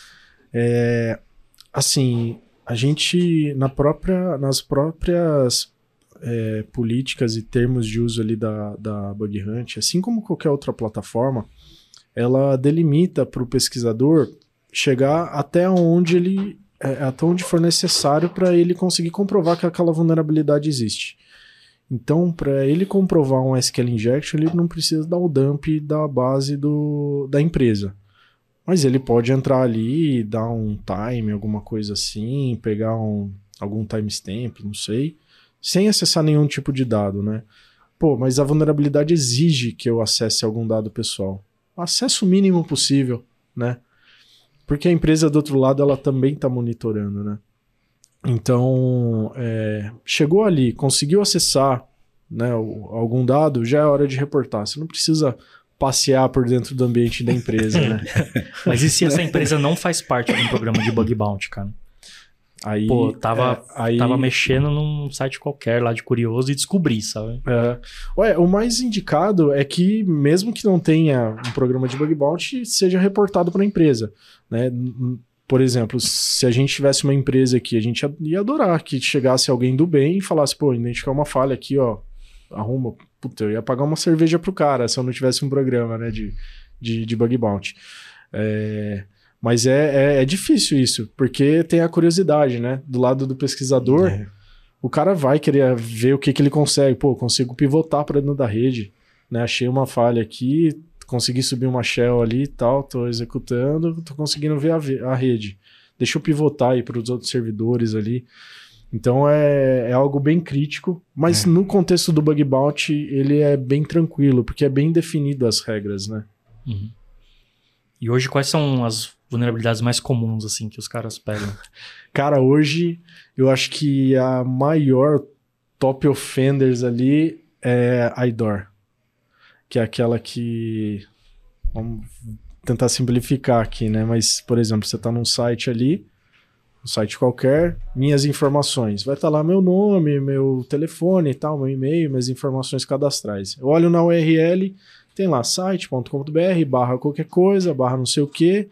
[SPEAKER 2] É, assim, a gente, na própria, nas próprias é, políticas e termos de uso ali da, da Bug Hunt, assim como qualquer outra plataforma, ela delimita para o pesquisador chegar até onde ele é, até onde for necessário para ele conseguir comprovar que aquela vulnerabilidade existe. Então, para ele comprovar um S Q L injection, ele não precisa dar o dump da base do, da empresa. Mas ele pode entrar ali e dar um time, alguma coisa assim, pegar um, algum timestamp, não sei, sem acessar nenhum tipo de dado, né? Pô, mas a vulnerabilidade exige que eu acesse algum dado pessoal. Acesso o mínimo possível, né? Porque a empresa do outro lado, ela também está monitorando, né? Então, é, chegou ali, conseguiu acessar, né, algum dado, já é hora de reportar. Você não precisa passear por dentro do ambiente da empresa, né?
[SPEAKER 4] Mas e se essa empresa não faz parte de um programa de bug bounty, cara?
[SPEAKER 2] Aí,
[SPEAKER 4] Pô, tava,
[SPEAKER 2] é, aí...
[SPEAKER 4] tava mexendo num site qualquer lá de curioso e descobri, sabe?
[SPEAKER 2] É. Ué, o mais indicado é que, mesmo que não tenha um programa de bug bounty, seja reportado para a empresa, né? Por exemplo, se a gente tivesse uma empresa aqui, a gente ia, ia adorar que chegasse alguém do bem e falasse, pô, identificar uma falha aqui, ó, arruma. Puta, eu ia pagar uma cerveja pro cara se eu não tivesse um programa, né, de, de, de bug bounty. É, mas é, é, é difícil isso, porque tem a curiosidade, né? Do lado do pesquisador, é. O cara vai querer ver o que, que ele consegue. Pô, consigo pivotar para dentro da rede, né? Achei uma falha aqui, consegui subir uma shell ali e tal, tô executando, tô conseguindo ver a, a rede. Deixa eu pivotar aí para os outros servidores ali. Então é, é algo bem crítico, mas é. No contexto do bug bounty ele é bem tranquilo, porque é bem definido as regras, né?
[SPEAKER 4] Uhum. E hoje quais são as vulnerabilidades mais comuns assim que os caras pegam?
[SPEAKER 2] Cara, hoje eu acho que a maior top offenders ali é a I D O R, que é aquela que... Vamos tentar simplificar aqui, né? Mas, por exemplo, você está num site ali, um site qualquer, minhas informações. Vai estar lá meu nome, meu telefone e tal, meu e-mail, minhas informações cadastrais. Eu olho na U R L, tem lá site ponto com ponto b r, barra qualquer coisa, barra não sei o quê,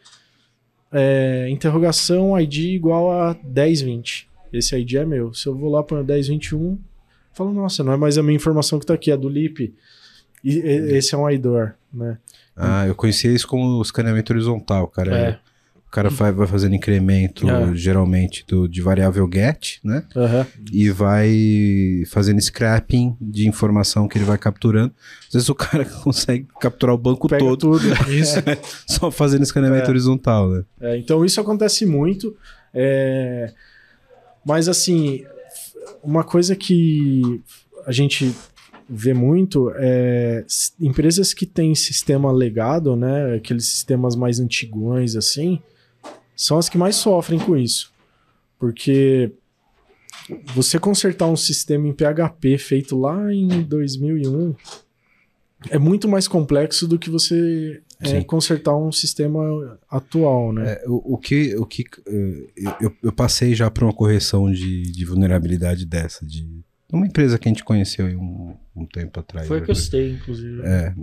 [SPEAKER 2] é, interrogação I D igual a dez vinte. Esse I D é meu. Se eu vou lá para dez vinte e um, falo, nossa, não é mais a minha informação que está aqui, é do L I P. E, esse é um I D O R, né?
[SPEAKER 1] Ah, eu conhecia isso como escaneamento horizontal, cara. É. O cara vai, vai fazendo incremento, é. geralmente, do, de variável get, né?
[SPEAKER 2] Uhum.
[SPEAKER 1] E vai fazendo scrapping de informação que ele vai capturando. Às vezes o cara consegue capturar o banco
[SPEAKER 2] Pega
[SPEAKER 1] todo.
[SPEAKER 2] Tudo. Isso.
[SPEAKER 1] Só fazendo escaneamento é. horizontal, né?
[SPEAKER 2] É, então isso acontece muito. É... Mas assim, uma coisa que a gente vê muito é empresas que têm sistema legado, né? Aqueles sistemas mais antigões, assim, são as que mais sofrem com isso. Porque você consertar um sistema em P H P feito lá em dois mil e um é muito mais complexo do que você é, consertar um sistema atual, né?
[SPEAKER 1] É, o, o que, o que eu, eu passei já por uma correção de, de vulnerabilidade dessa, de uma empresa que a gente conheceu aí um, um tempo atrás.
[SPEAKER 4] Foi a que eu citei, inclusive.
[SPEAKER 1] É.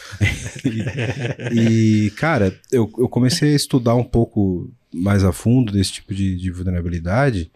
[SPEAKER 1] e, e, cara, eu, eu comecei a estudar um pouco mais a fundo desse tipo de, de vulnerabilidade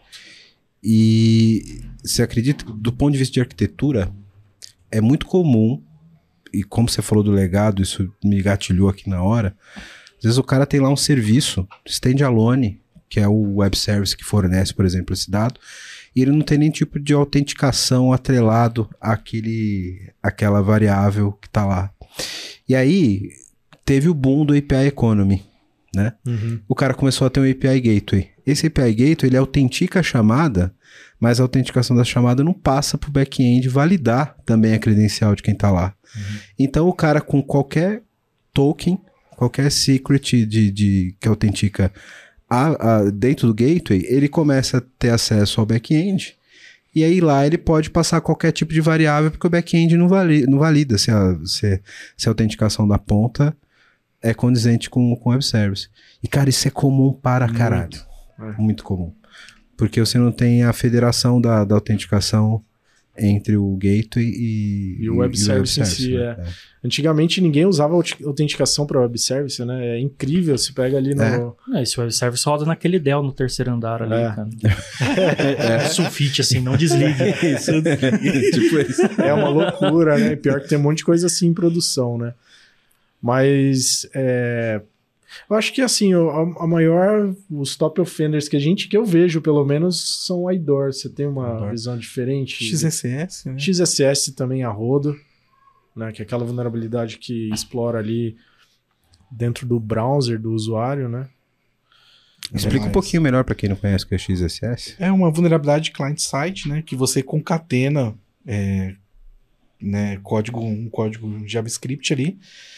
[SPEAKER 1] e você acredita que, do ponto de vista de arquitetura, é muito comum, e como você falou do legado, isso me gatilhou aqui na hora, às vezes o cara tem lá um serviço, standalone, que é o web service que fornece, por exemplo, esse dado, e ele não tem nenhum tipo de autenticação atrelado àquele, àquela variável que está lá. E aí, teve o boom do A P I Economy, né?
[SPEAKER 2] Uhum.
[SPEAKER 1] O cara começou a ter um A P I Gateway. Esse A P I Gateway, ele autentica a chamada, mas a autenticação da chamada não passa para o back-end validar também a credencial de quem está lá. Uhum. Então, o cara com qualquer token, qualquer secret de, de, que autentica A, a, dentro do gateway, ele começa a ter acesso ao back-end e aí lá ele pode passar qualquer tipo de variável porque o back-end não, vali, não valida se a, se, se a autenticação da ponta é condizente com o web service. E cara, isso é comum para muito. Caralho. É. Muito comum. Porque você não tem a federação da, da autenticação entre o gateway e,
[SPEAKER 2] e o web e service, web service em si. Né? É. É. Antigamente ninguém usava autenticação para web service, né? É incrível, você pega ali no...
[SPEAKER 4] É. É, esse web service roda naquele Dell no terceiro andar ali, é. cara. É. Sulfite, assim, não desliga. Isso.
[SPEAKER 2] Tipo isso. É uma loucura, né? Pior que tem um monte de coisa assim em produção, né? Mas, é... Eu acho que assim, o- a, a maior, os top offenders que a gente, que eu vejo pelo menos, são a I D O R. Você tem uma
[SPEAKER 3] I D O R.
[SPEAKER 2] visão diferente?
[SPEAKER 3] X S S, né?
[SPEAKER 2] X S S também a rodo, né? Que é aquela vulnerabilidade que explora ali dentro do browser do usuário, né?
[SPEAKER 1] Explica um
[SPEAKER 3] mais.
[SPEAKER 1] pouquinho melhor para quem não conhece o que é X S S.
[SPEAKER 3] É uma vulnerabilidade client-side, né? Que você concatena é, né, código, um código JavaScript ali.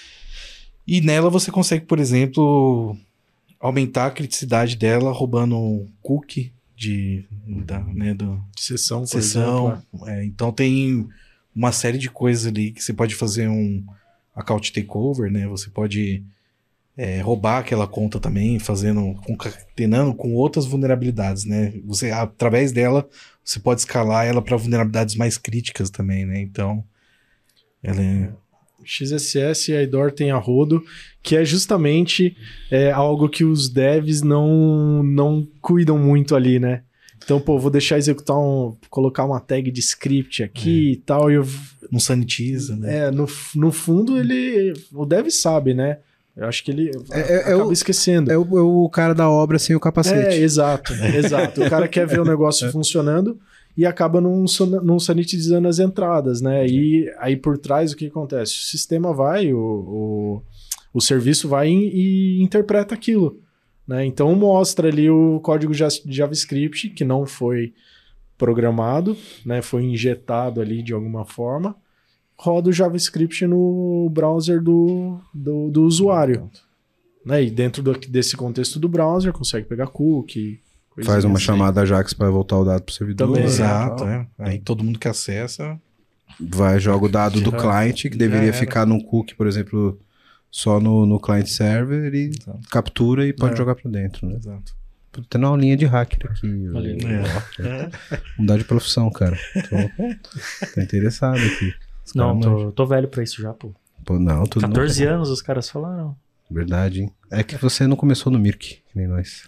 [SPEAKER 3] E nela você consegue, por exemplo, aumentar a criticidade dela roubando um cookie de, da, né, do,
[SPEAKER 2] Sessão, por
[SPEAKER 3] sessão.
[SPEAKER 2] exemplo.
[SPEAKER 3] É, então tem uma série de coisas ali que você pode fazer um account takeover, né? Você pode é, roubar aquela conta também, fazendo, concatenando com outras vulnerabilidades, né? Você, através dela, você pode escalar ela para vulnerabilidades mais críticas também, né? Então, ela é...
[SPEAKER 2] X S S e a I D O R tem a rodo, que é justamente é, algo que os devs não, não cuidam muito ali, né? Então, pô, vou deixar executar um... colocar uma tag de script aqui
[SPEAKER 3] É.
[SPEAKER 2] e tal, e eu...
[SPEAKER 3] não sanitiza, né?
[SPEAKER 2] É, no, no fundo, ele... O dev sabe, né? Eu acho que ele
[SPEAKER 1] É- é- é
[SPEAKER 2] acaba
[SPEAKER 1] o-
[SPEAKER 2] esquecendo.
[SPEAKER 1] É o, é o cara da obra sem o
[SPEAKER 2] É,
[SPEAKER 1] capacete.
[SPEAKER 2] exato, exato. O cara quer ver o negócio funcionando e acaba não, son- não sanitizando as entradas, né? E aí por trás o que acontece? O sistema vai, o, o, o serviço vai e, e interpreta aquilo, né? Então mostra ali o código ja- JavaScript que não foi programado, né? Foi injetado ali de alguma forma, roda o JavaScript no browser do, do, do usuário. Né? E dentro do- desse contexto do browser, consegue pegar cookie.
[SPEAKER 1] Faz uma
[SPEAKER 2] coisinhas aí.
[SPEAKER 1] chamada Ajax para voltar o dado pro servidor.
[SPEAKER 2] Também.
[SPEAKER 3] Exato,
[SPEAKER 2] tal.
[SPEAKER 3] é. Aí todo mundo que acessa...
[SPEAKER 1] Vai, joga o dado do
[SPEAKER 3] Já-
[SPEAKER 1] client, que
[SPEAKER 3] já
[SPEAKER 1] deveria
[SPEAKER 3] era.
[SPEAKER 1] ficar num cookie, por exemplo, só no, no client server, e
[SPEAKER 3] Exato.
[SPEAKER 1] captura e pode
[SPEAKER 2] É.
[SPEAKER 1] jogar pra dentro, né?
[SPEAKER 3] Exato.
[SPEAKER 1] Tô tendo uma aulinha de hacker aqui.
[SPEAKER 4] Olha aí.
[SPEAKER 3] É.
[SPEAKER 1] Mudar de profissão, cara. Tô, tô interessado aqui. Os
[SPEAKER 4] Não,
[SPEAKER 1] caras
[SPEAKER 4] tô, tô velho pra isso já, pô.
[SPEAKER 1] Pô, não, tudo
[SPEAKER 4] catorze
[SPEAKER 1] não.
[SPEAKER 4] anos os caras falaram.
[SPEAKER 1] Verdade, hein? É que você não começou no Mirk, que nem nós.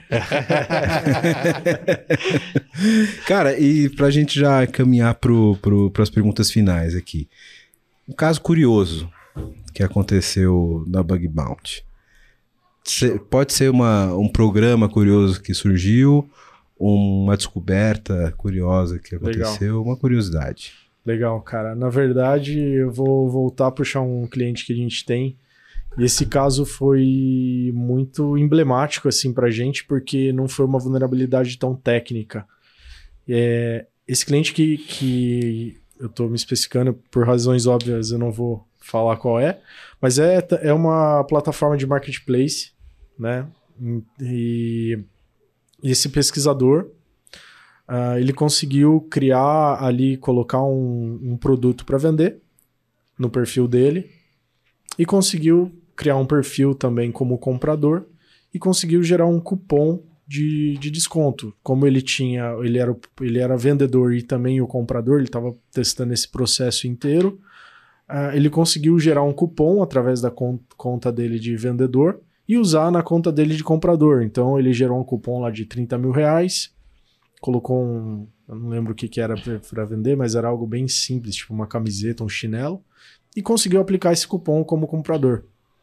[SPEAKER 1] Cara, e pra gente já caminhar pro, pro, pras perguntas finais aqui. Um caso curioso que aconteceu na Bug Bounty. Cê- pode ser uma, um programa curioso que surgiu, uma descoberta curiosa que aconteceu, uma curiosidade.
[SPEAKER 2] Legal, cara. Na verdade, eu vou voltar a puxar um cliente que a gente tem. E esse caso foi muito emblemático, assim, pra gente, porque não foi uma vulnerabilidade tão técnica. É, esse cliente que, que eu tô me especificando, por razões óbvias, eu não vou falar qual é, mas é, é uma plataforma de marketplace, né? E, e esse pesquisador, Uh, ele conseguiu criar ali, colocar um, um produto para vender no perfil dele e conseguiu criar um perfil também como comprador e conseguiu gerar um cupom de, de desconto. Como ele tinha, ele era, o- ele era vendedor e também o comprador, ele estava testando esse processo inteiro, uh, ele conseguiu gerar um cupom através da con- conta dele de vendedor e usar na conta dele de comprador. Então ele gerou um cupom lá de trinta mil reais, colocou um, eu não lembro o que, que era para vender, mas era algo bem simples, tipo uma camiseta, um chinelo, e conseguiu aplicar esse cupom como comprador.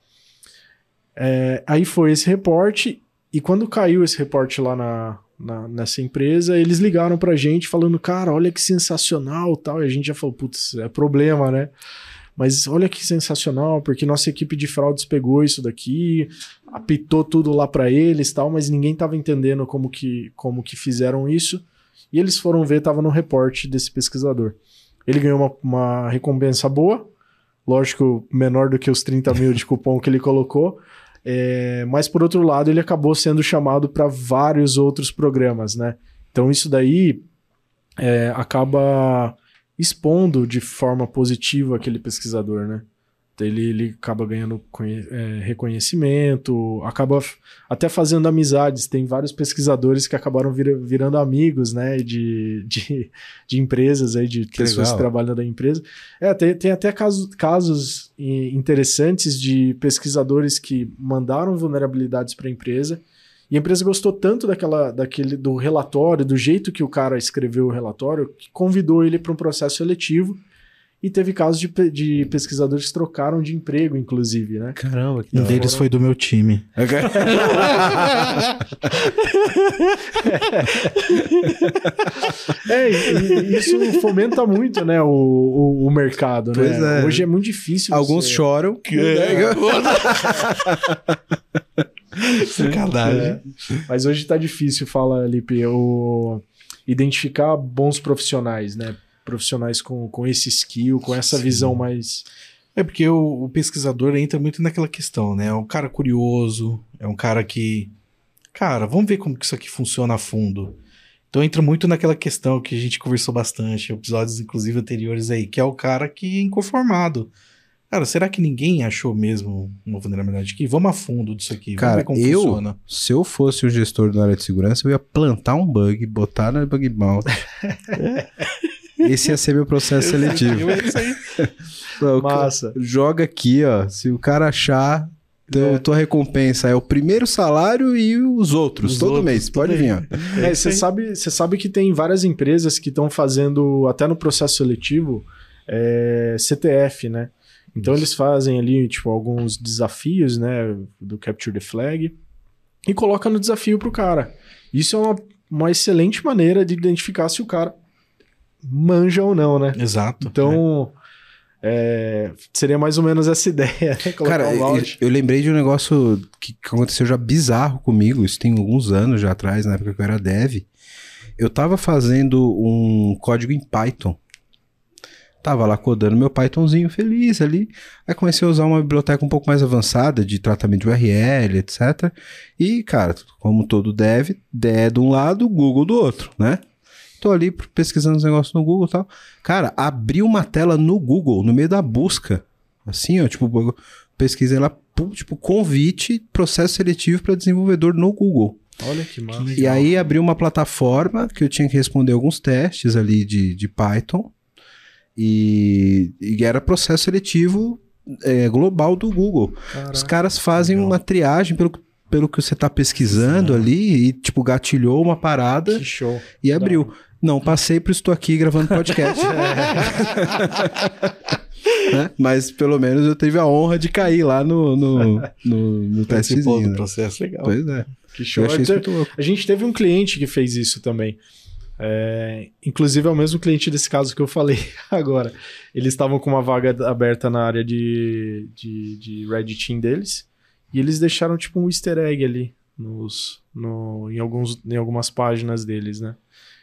[SPEAKER 2] É, aí foi esse reporte, e quando caiu esse reporte lá na, na- nessa empresa, eles ligaram pra gente falando, cara, olha que sensacional, tal, e a gente já falou, putz, é problema, né? Mas olha que sensacional, porque nossa equipe de fraudes pegou isso daqui, apitou tudo lá para eles, tal, mas ninguém estava entendendo como que, como que fizeram isso. E eles foram ver, estava no reporte desse pesquisador. Ele ganhou uma, uma recompensa boa, lógico, menor do que os trinta mil de cupom que ele colocou, é, mas por outro lado ele acabou sendo chamado para vários outros programas, né? Então isso daí é, acaba expondo de forma positiva aquele pesquisador, né? Ele, ele acaba ganhando conhe- é, reconhecimento, acaba f- até fazendo amizades. Tem vários pesquisadores que acabaram vira- virando amigos, né? De, de, de empresas, aí, de
[SPEAKER 1] Que
[SPEAKER 2] pessoas
[SPEAKER 1] legal.
[SPEAKER 2] que trabalham da empresa. É, tem, tem até casos, casos i- interessantes de pesquisadores que mandaram vulnerabilidades para a empresa e a empresa gostou tanto daquela, daquele, do relatório, do jeito que o cara escreveu o relatório, que convidou ele para um processo seletivo. E teve casos de, pe- de pesquisadores que trocaram de emprego, inclusive, né?
[SPEAKER 1] Caramba, que
[SPEAKER 3] Um
[SPEAKER 1] da
[SPEAKER 3] deles foi do meu time.
[SPEAKER 2] É, e, e isso fomenta muito, né, o, o, o mercado, né?
[SPEAKER 1] Pois é.
[SPEAKER 2] Hoje é muito difícil.
[SPEAKER 1] Alguns
[SPEAKER 2] você-
[SPEAKER 1] choram.
[SPEAKER 3] Sacanagem.
[SPEAKER 2] É. Mas hoje tá difícil, fala, Lipe, o... identificar bons profissionais, né? Profissionais com, com esse skill, com essa
[SPEAKER 3] Sim.
[SPEAKER 2] visão mais...
[SPEAKER 3] É porque o, o pesquisador entra muito naquela questão, né? É um cara curioso, é um cara que... Cara, vamos ver como que isso aqui funciona a fundo. Então entra muito naquela questão que a gente conversou bastante, episódios inclusive anteriores aí, que é o cara que é inconformado. Cara, será que ninguém achou mesmo uma vulnerabilidade aqui? Vamos a fundo disso aqui, vamos
[SPEAKER 1] Cara,
[SPEAKER 3] ver como
[SPEAKER 1] eu,
[SPEAKER 3] funciona.
[SPEAKER 1] se eu fosse o gestor da área de segurança, eu ia plantar um bug, botar na bug bounty. Esse ia ser meu processo seletivo.
[SPEAKER 3] É isso aí.
[SPEAKER 1] Então, o ca-
[SPEAKER 2] Massa.
[SPEAKER 1] Joga aqui, ó. Se o cara achar, então,
[SPEAKER 2] É.
[SPEAKER 1] tua recompensa é o primeiro salário e os outros,
[SPEAKER 3] Os
[SPEAKER 1] todo
[SPEAKER 3] outros,
[SPEAKER 1] mês. Pode
[SPEAKER 3] tudo
[SPEAKER 1] vir,
[SPEAKER 3] aí.
[SPEAKER 1] ó.
[SPEAKER 2] É, você sabe, você sabe que tem várias empresas que estão fazendo, até no processo seletivo, é, C T F, né? Então eles fazem ali, tipo, alguns desafios, né, do Capture the Flag e colocam no desafio pro cara. Isso é uma, uma excelente maneira de identificar se o cara manja ou não, né?
[SPEAKER 3] Exato.
[SPEAKER 2] Então, é, seria mais ou menos essa ideia, né? Colocar
[SPEAKER 1] Cara,
[SPEAKER 2] um
[SPEAKER 1] eu,
[SPEAKER 2] vault.
[SPEAKER 1] eu lembrei de um negócio que, que aconteceu já bizarro comigo. Isso tem alguns anos já atrás, na época que eu era dev. Eu tava fazendo um código em Python. Tava lá codando meu Pythonzinho feliz ali. Aí comecei a usar uma biblioteca um pouco mais avançada de tratamento de U R L, etcétera. E, cara, como todo dev, D E de um lado, Google do outro, né? Tô ali pesquisando os negócios no Google e tal. Cara, abri uma tela no Google, no meio da busca. Assim, ó, tipo, pesquisei lá, pum, tipo, convite, processo seletivo para desenvolvedor no Google.
[SPEAKER 2] Olha que massa.
[SPEAKER 1] E aí abri uma plataforma que eu tinha que responder alguns testes ali de, de Python. E, e era processo seletivo é, global do Google.
[SPEAKER 2] Caraca.
[SPEAKER 1] Os caras fazem
[SPEAKER 3] legal.
[SPEAKER 1] uma triagem pelo, pelo que você tá pesquisando ali e, tipo, gatilhou uma parada
[SPEAKER 2] Que show.
[SPEAKER 1] e abriu. Não, passei por estou aqui gravando podcast. Né? Mas pelo menos eu tive a honra de cair lá no, no, no, no
[SPEAKER 3] Participou
[SPEAKER 1] testezinho.
[SPEAKER 3] do
[SPEAKER 1] Né?
[SPEAKER 3] processo, legal.
[SPEAKER 1] Pois é.
[SPEAKER 2] Que show.
[SPEAKER 1] Eu achei isso
[SPEAKER 2] Até-
[SPEAKER 1] muito louco.
[SPEAKER 2] A gente teve um cliente que fez isso também. É, inclusive é o mesmo cliente desse caso que eu falei agora. Eles estavam com uma vaga aberta na área de, de, de Red Team deles e eles deixaram tipo um easter egg ali nos, no, em, alguns, em algumas páginas deles, né?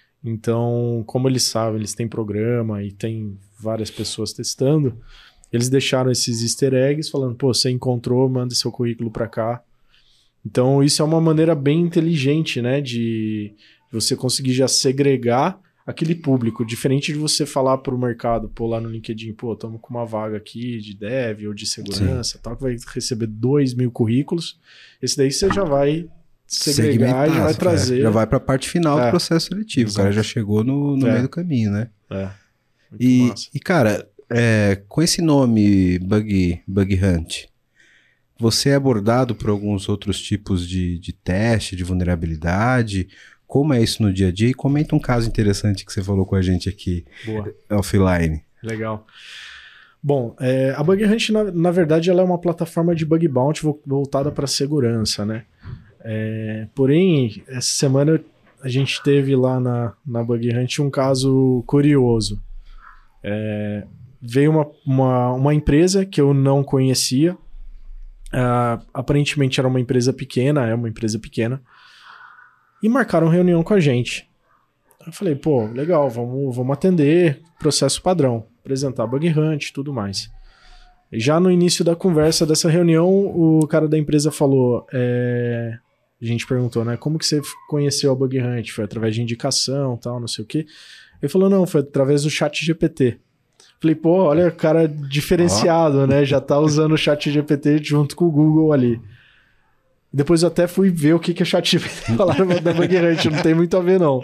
[SPEAKER 2] Então, como eles sabem, eles têm programa e tem várias pessoas testando, eles deixaram esses easter eggs falando, pô, você encontrou, manda seu currículo pra cá. Então, isso é uma maneira bem inteligente, né, de você conseguir já segregar aquele público, diferente de você falar para o mercado, pô, lá no LinkedIn, pô, estamos com uma vaga aqui de dev ou de segurança, tal, que vai receber dois mil currículos. Esse daí você já vai segregar e já vai
[SPEAKER 1] é,
[SPEAKER 2] trazer.
[SPEAKER 1] já vai para a parte final
[SPEAKER 2] É.
[SPEAKER 1] do processo seletivo. O cara já chegou no, no
[SPEAKER 2] É.
[SPEAKER 1] meio do caminho, né?
[SPEAKER 2] É. Muito
[SPEAKER 1] E,
[SPEAKER 2] massa.
[SPEAKER 1] e, cara, é, com esse nome Bug, Bug Hunt, você é abordado por alguns outros tipos de, de teste, de vulnerabilidade? Como é isso no dia a dia? E comenta um caso interessante que você falou com a gente aqui,
[SPEAKER 2] Boa.
[SPEAKER 1] offline.
[SPEAKER 2] Legal. Bom, é, a Bug Hunt, na, na verdade, ela é uma plataforma de bug bounty vo- voltada para segurança, né? É, porém, essa semana a gente teve lá na, na Bug Hunt um caso curioso. É, veio uma, uma, uma empresa que eu não conhecia. Ah, aparentemente era uma empresa pequena, é uma empresa pequena. E marcaram reunião com a gente. Eu falei, pô, legal, vamos, vamos atender, processo padrão, apresentar bug hunt e tudo mais. E já no início da conversa dessa reunião, o cara da empresa falou, é... a gente perguntou, né, como que você conheceu a bug hunt? Foi através de indicação, tal, não sei o quê. Ele falou, não, foi através do chat G P T. Falei, pô, olha o cara diferenciado, né, já tá usando o chat G P T junto com o Google ali. Depois eu até fui ver o que, que a ChatGPT falaram da Bug Hunt, não tem muito a ver, não.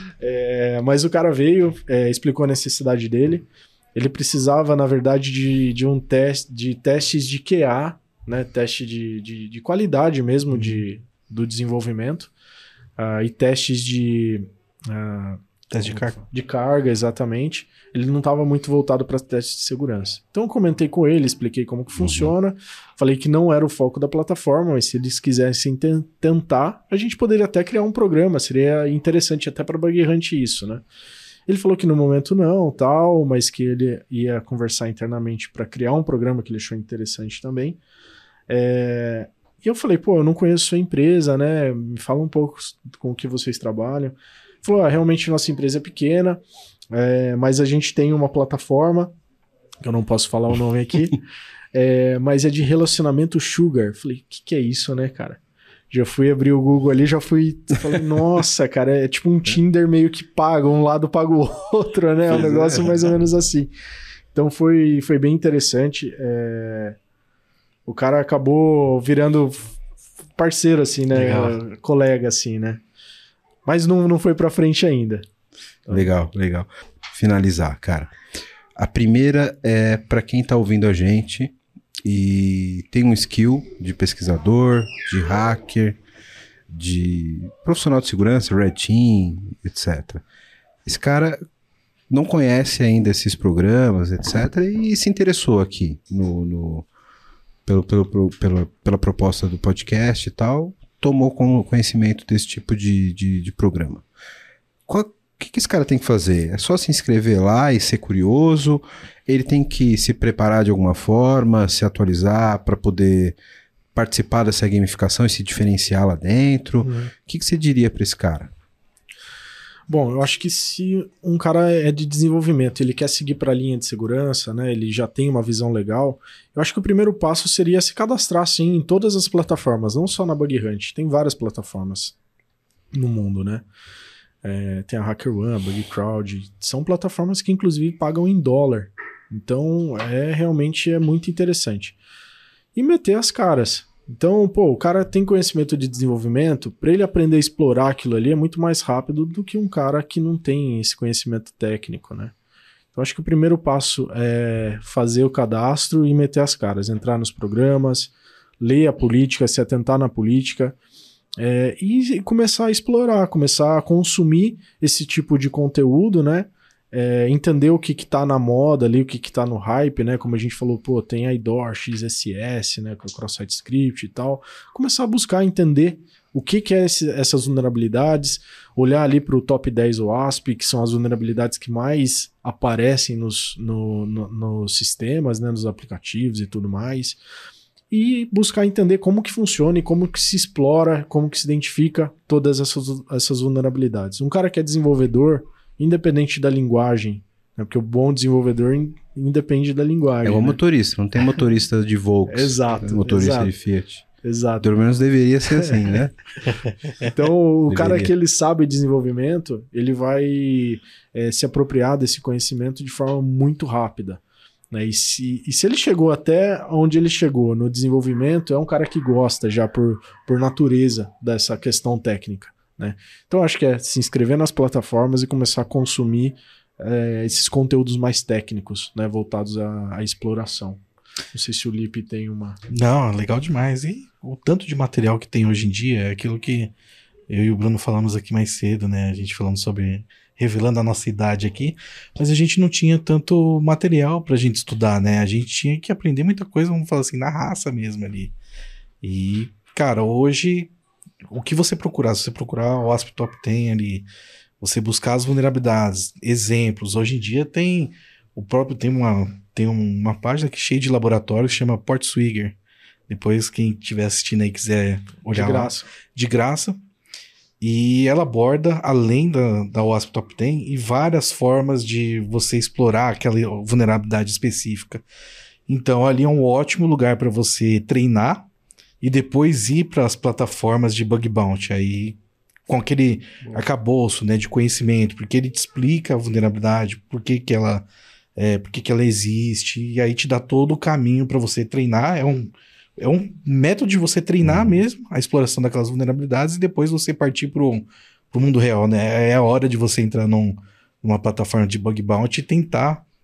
[SPEAKER 2] É, mas o cara veio, é, explicou a necessidade dele. Ele precisava, na verdade, de, de um teste, de testes de Q A, né? Teste de, de, de qualidade mesmo de, do desenvolvimento, uh, e testes de uh,
[SPEAKER 3] Teste de carga.
[SPEAKER 2] De carga, exatamente. Ele não estava muito voltado para testes de segurança. Então eu comentei com ele, expliquei como que funciona, uhum. falei que não era o foco da plataforma, mas se eles quisessem te- tentar, a gente poderia até criar um programa, seria interessante até para Bug Hunt isso, né? Ele falou que no momento não, tal, mas que ele ia conversar internamente para criar um programa que ele achou interessante também. É... E eu falei, pô, eu não conheço sua empresa, né? Me fala um pouco com o que vocês trabalham. Falou, ah, realmente nossa empresa é pequena, é, mas a gente tem uma plataforma, que eu não posso falar o nome aqui, é, mas é de relacionamento sugar. Falei, o que, que é isso, né, cara? Já fui abrir o Google ali, já fui... Falei, nossa, cara, é tipo um Tinder meio que paga, um lado paga o outro, né? É um negócio mais ou menos assim. Então foi, foi bem interessante. É... O cara acabou virando parceiro, assim, né? Legal. Colega, assim, né? Mas não, não foi pra frente ainda. Então...
[SPEAKER 1] Legal, legal. Finalizar, cara. A primeira é para quem tá ouvindo a gente e tem um skill de pesquisador, de hacker, de profissional de segurança, Red Team, etcétera. Esse cara não conhece ainda esses programas, etcétera. E se interessou aqui no, no, pelo, pelo, pelo, pela, pela proposta do podcast e tal, tomou conhecimento desse tipo de, de, de programa. Qual, o que, que esse cara tem que fazer? É só se inscrever lá e ser curioso? Ele tem que se preparar de alguma forma, se atualizar para poder participar dessa gamificação e se diferenciar lá dentro? Uhum. O que, que você diria para esse cara?
[SPEAKER 2] Bom, eu acho que se um cara é de desenvolvimento, ele quer seguir para a linha de segurança, né, ele já tem uma visão legal, eu acho que o primeiro passo seria se cadastrar, sim, em todas as plataformas, não só na Bug Hunt, tem várias plataformas no mundo, né? É, tem a HackerOne, a BugCrowd, são plataformas que inclusive pagam em dólar, então é realmente é muito interessante. E meter as caras. Então, pô, o cara tem conhecimento de desenvolvimento, para ele aprender a explorar aquilo ali é muito mais rápido do que um cara que não tem esse conhecimento técnico, né? Então, acho que o primeiro passo é fazer o cadastro e meter as caras, entrar nos programas, ler a política, se atentar na política, é, e, e começar a explorar, começar a consumir esse tipo de conteúdo, né? É, entender o que que tá na moda ali, o que que tá no hype, né? Como a gente falou, pô, tem a I D O R, X S S, né? Com o Cross-Site Script e tal. Começar a buscar entender o que que é esse, essas vulnerabilidades, olhar ali para o top dez O A S P, que são as vulnerabilidades que mais aparecem nos, no, no, nos sistemas, né? Nos aplicativos e tudo mais. E buscar entender como que funciona e como que se explora, como que se identifica todas essas, essas vulnerabilidades. Um cara que é desenvolvedor, independente da linguagem, né? Porque o bom desenvolvedor in, independe da linguagem.
[SPEAKER 1] É o
[SPEAKER 2] né?
[SPEAKER 1] motorista, não tem motorista de Volks.
[SPEAKER 2] Exato.
[SPEAKER 1] Motorista
[SPEAKER 2] exato,
[SPEAKER 1] de Fiat.
[SPEAKER 2] Exato.
[SPEAKER 1] Pelo menos deveria ser assim, né?
[SPEAKER 2] Então, o
[SPEAKER 1] deveria.
[SPEAKER 2] cara que ele sabe desenvolvimento, ele vai é, se apropriar desse conhecimento de forma muito rápida. Né? E, se, e se ele chegou até onde ele chegou no desenvolvimento, é um cara que gosta já por, por natureza dessa questão técnica. Né? Então acho que é se inscrever nas plataformas e começar a consumir é, esses conteúdos mais técnicos, né, voltados à, à exploração. Não sei se o Lipe tem uma...
[SPEAKER 3] Não, legal demais. E o tanto de material que tem hoje em dia é aquilo que eu e o Bruno falamos aqui mais cedo, né? A gente falando sobre... revelando a nossa idade aqui, mas a gente não tinha tanto material pra gente estudar, né? A gente tinha que aprender muita coisa, vamos falar assim, na raça mesmo ali. E, cara, hoje... o que você procurar, se você procurar o O A S P Top dez ali, você buscar as vulnerabilidades, exemplos, hoje em dia tem o próprio, tem uma, tem uma página que é cheia de laboratórios que chama Portswigger. Depois quem estiver assistindo aí quiser olhar
[SPEAKER 2] de graça.
[SPEAKER 3] Lá, de graça. E ela aborda, além da, da O A S P Top dez, e várias formas de você explorar aquela vulnerabilidade específica. Então ali é um ótimo lugar para você treinar e depois ir para as plataformas de bug bounty, aí com aquele Boa. arcabouço, né, de conhecimento, porque ele te explica a vulnerabilidade, por que que ela, é, por que que ela existe, e aí te dá todo o caminho para você treinar. É um, é um método de você treinar uhum. mesmo a exploração daquelas vulnerabilidades e depois você partir para o mundo real, né? É a hora de você entrar num, numa plataforma de bug bounty e tentar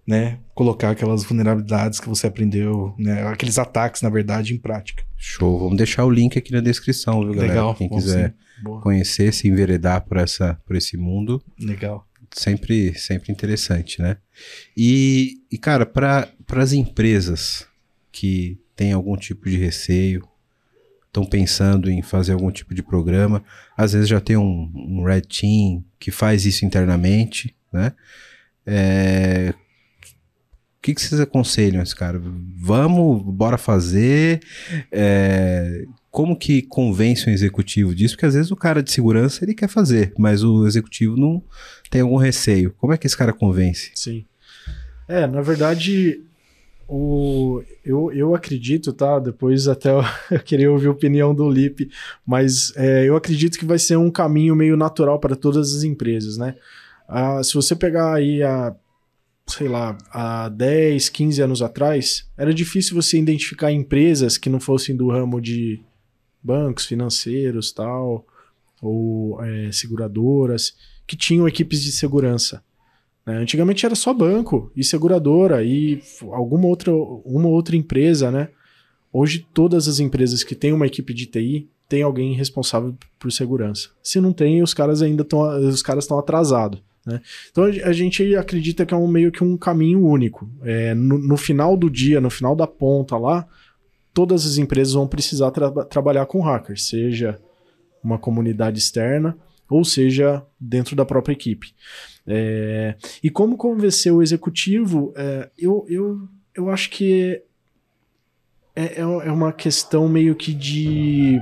[SPEAKER 3] né, colocar aquelas vulnerabilidades que você aprendeu, né, aqueles ataques, na verdade, em prática.
[SPEAKER 1] Show. Vamos deixar o link aqui na descrição, viu, galera?
[SPEAKER 3] Legal.
[SPEAKER 1] Quem
[SPEAKER 3] Bom,
[SPEAKER 1] quiser
[SPEAKER 3] Boa.
[SPEAKER 1] conhecer, se enveredar por, essa, por esse mundo,
[SPEAKER 3] Legal.
[SPEAKER 1] sempre, sempre interessante, né? E, e cara, para as empresas que têm algum tipo de receio, estão pensando em fazer algum tipo de programa, às vezes já tem um, um Red Team que faz isso internamente, né? É... O que, que vocês aconselham esse cara? Vamos, bora fazer? É... Como que convence um executivo disso? Porque às vezes o cara de segurança ele quer fazer, mas o executivo não tem algum receio. Como é que esse cara convence?
[SPEAKER 2] Sim. É, na verdade, o, eu, eu acredito, tá? Depois até eu, eu queria ouvir a opinião do Lipe, mas é, eu acredito que vai ser um caminho meio natural para todas as empresas, né? Ah, se você pegar aí a sei lá, há dez, quinze anos atrás, era difícil você identificar empresas que não fossem do ramo de bancos, financeiros, tal, ou é, seguradoras, que tinham equipes de segurança. Né? Antigamente era só banco e seguradora e alguma outra, uma outra empresa, né? Hoje todas as empresas que têm uma equipe de T I têm alguém responsável por segurança. Se não tem, os caras ainda estão os caras estão atrasados. Né? Então a gente acredita que é um, meio que um caminho único. É, no, no final do dia, no final da ponta lá, todas as empresas vão precisar tra trabalhar com hackers, seja uma comunidade externa ou seja dentro da própria equipe. É, e como convencer o executivo, é, eu, eu, eu acho que é, é uma questão meio que de...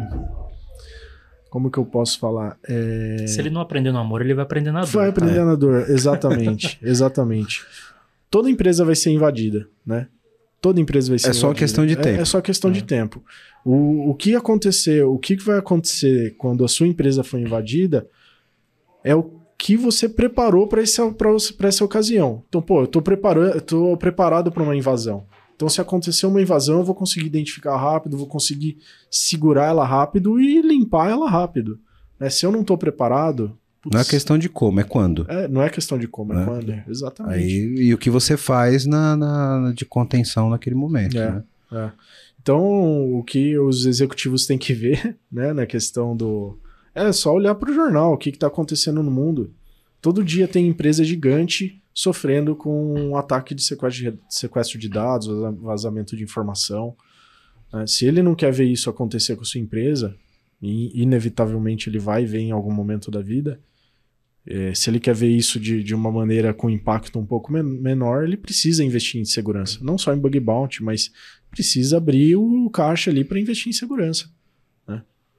[SPEAKER 2] Como que eu posso falar? É...
[SPEAKER 4] Se ele não aprender no amor, ele vai aprender na dor.
[SPEAKER 2] Vai aprender
[SPEAKER 4] é.
[SPEAKER 2] na dor, exatamente. exatamente. Toda empresa vai ser invadida, né? Toda empresa vai ser
[SPEAKER 1] É
[SPEAKER 2] invadida.
[SPEAKER 1] só questão de
[SPEAKER 2] é,
[SPEAKER 1] tempo.
[SPEAKER 2] É só questão
[SPEAKER 4] é.
[SPEAKER 2] de tempo. O, o que acontecer, o que vai acontecer quando a sua empresa for invadida é o que você preparou para essa ocasião. Então, pô, eu tô, preparando, eu tô preparado para uma invasão. Então, se acontecer uma invasão, eu vou conseguir identificar rápido, vou conseguir segurar ela rápido e limpar ela rápido. Né? Se eu não estou preparado... Putz,
[SPEAKER 1] não é questão de como, é quando.
[SPEAKER 2] É, não é questão de como, é, é quando. Exatamente.
[SPEAKER 1] Aí, e o que você faz na, na, de contenção naquele momento.
[SPEAKER 2] É,
[SPEAKER 1] né?
[SPEAKER 2] é. Então, o que os executivos têm que ver, né, na questão do... É só olhar para o jornal, o que está acontecendo no mundo. Todo dia tem empresa gigante sofrendo com um ataque de sequestro de, sequestro de dados, vazamento de informação. É, se ele não quer ver isso acontecer com sua empresa, e inevitavelmente ele vai ver em algum momento da vida, é, se ele quer ver isso de, de uma maneira com impacto um pouco men menor, ele precisa investir em segurança. Não só em bug bounty, mas precisa abrir o caixa ali para investir em segurança. Né?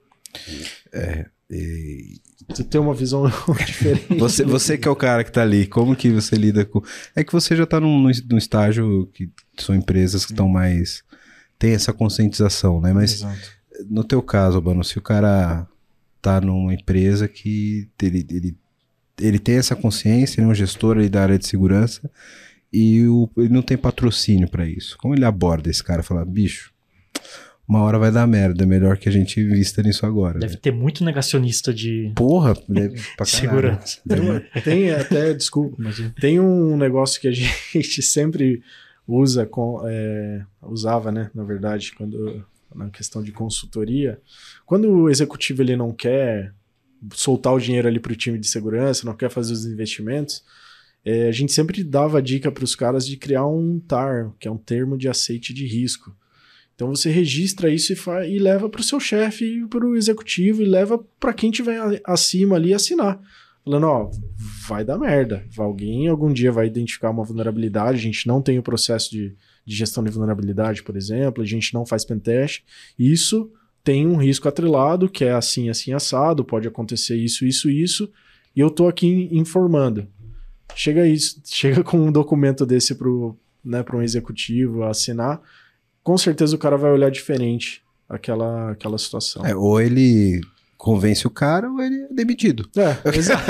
[SPEAKER 1] É... E...
[SPEAKER 2] Você tem uma visão diferente.
[SPEAKER 1] Você, você que é o cara que tá ali, como que você lida com... É que você já tá num, num estágio que são empresas que estão mais... Tem essa conscientização, né? Mas
[SPEAKER 3] Exato.
[SPEAKER 1] No teu caso, Albano, se o cara tá numa empresa que ele, ele, ele tem essa consciência, ele é um gestor ali da área de segurança e o, ele não tem patrocínio para isso. Como ele aborda esse cara? Fala, bicho, uma hora vai dar merda, é melhor que a gente invista nisso agora.
[SPEAKER 4] Deve
[SPEAKER 1] né?
[SPEAKER 4] ter muito negacionista de
[SPEAKER 1] Porra, deve pra
[SPEAKER 4] segurança.
[SPEAKER 2] Tem, tem até, desculpa,
[SPEAKER 4] Imagina.
[SPEAKER 2] tem um negócio que a gente sempre usa, com, é, usava, né, na verdade, quando, na questão de consultoria. Quando o executivo ele não quer soltar o dinheiro ali para o time de segurança, não quer fazer os investimentos, é, a gente sempre dava a dica para os caras de criar um T A R, que é um termo de aceite de risco. Então você registra isso e, fa- e leva para o seu chefe, para o executivo, e leva para quem tiver a- acima ali assinar. Falando, ó, vai dar merda. Alguém algum dia vai identificar uma vulnerabilidade, a gente não tem o processo de, de gestão de vulnerabilidade, por exemplo, a gente não faz pentest. Isso tem um risco atrelado, que é assim, assim, assado, pode acontecer isso, isso, isso, e eu tô aqui informando. Chega, isso, chega com um documento desse para né, para um executivo assinar, com certeza o cara vai olhar diferente aquela, aquela situação.
[SPEAKER 1] É, ou ele convence o cara ou ele é demitido.
[SPEAKER 2] É, exato.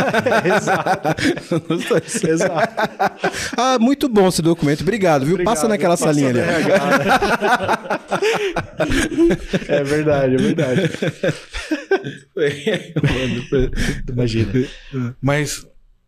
[SPEAKER 2] exato. exato.
[SPEAKER 1] Ah, muito bom esse documento. Obrigado, viu?
[SPEAKER 2] Obrigado,
[SPEAKER 1] Passa naquela
[SPEAKER 2] passa
[SPEAKER 1] salinha ali.
[SPEAKER 2] no R H. É verdade, é verdade.
[SPEAKER 3] Imagina. Mas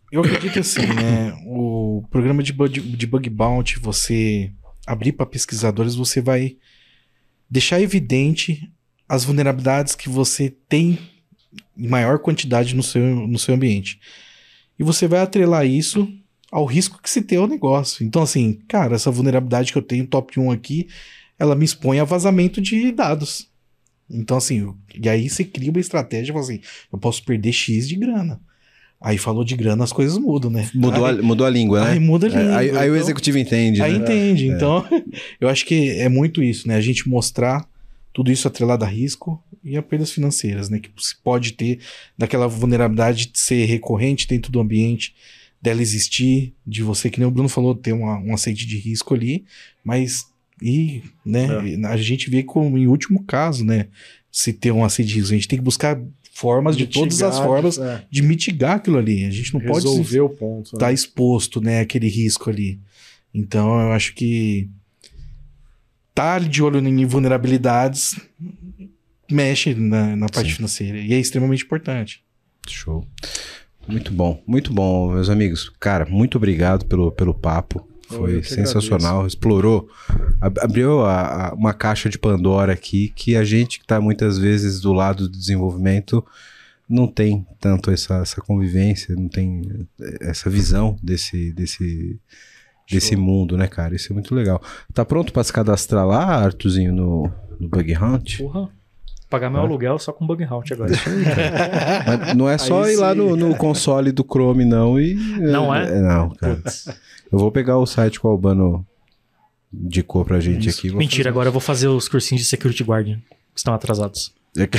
[SPEAKER 3] Eu acredito assim, né? O programa de bug, de bug bounty, você abrir para pesquisadores, você vai deixar evidente as vulnerabilidades que você tem em maior quantidade no seu, no seu ambiente. E você vai atrelar isso ao risco que se tem ao negócio. Então, assim, cara, essa vulnerabilidade que eu tenho, top um aqui, ela me expõe a vazamento de dados. Então, assim, e aí você cria uma estratégia, fala assim, eu posso perder X de grana. Aí falou de grana, as coisas mudam, né?
[SPEAKER 1] Mudou,
[SPEAKER 3] aí,
[SPEAKER 1] a, mudou a língua, né?
[SPEAKER 3] Aí muda a língua.
[SPEAKER 1] É, aí, aí
[SPEAKER 3] então,
[SPEAKER 1] o executivo entende,
[SPEAKER 3] Aí
[SPEAKER 1] né?
[SPEAKER 3] entende.
[SPEAKER 1] É.
[SPEAKER 3] Então, eu acho que é muito isso, né? A gente mostrar tudo isso atrelado a risco e a perdas financeiras, né? Que se pode ter daquela vulnerabilidade de ser recorrente dentro do ambiente, dela existir, de você, que nem o Bruno falou, ter uma, um aceite de risco ali, mas e, né, é. a gente vê como em último caso, né? Se ter um aceite de risco, a gente tem que buscar formas mitigar, de todas as formas é. de mitigar aquilo ali. A gente não
[SPEAKER 2] Resolver
[SPEAKER 3] pode
[SPEAKER 2] resolver o ponto.
[SPEAKER 3] estar tá, né? exposto, né, aquele risco ali. Então, eu acho que estar de olho em vulnerabilidades mexe na, na parte Sim. financeira e é extremamente importante.
[SPEAKER 1] Show. Muito bom, muito bom, meus amigos. Cara, muito obrigado pelo, pelo papo. Foi sensacional. Agradeço. Explorou, ab- abriu a, a, uma caixa de Pandora aqui que a gente que está muitas vezes do lado do desenvolvimento não tem tanto essa, essa convivência, não tem essa visão desse, desse, desse mundo, né, cara? Isso é muito legal. Tá pronto para se cadastrar lá, Arthurzinho, no, no Bug Hunt?
[SPEAKER 4] Porra. Pagar meu ah. aluguel só com Bug Hunt agora.
[SPEAKER 1] Mas não é só Aí ir sim. lá no, no console do Chrome, não. E,
[SPEAKER 4] não é?
[SPEAKER 1] é não, cara. Putz. Eu vou pegar o site que o Albano indicou pra gente Isso. aqui.
[SPEAKER 4] Mentira, agora eu vou fazer os cursinhos de Security Guardian, que estão atrasados.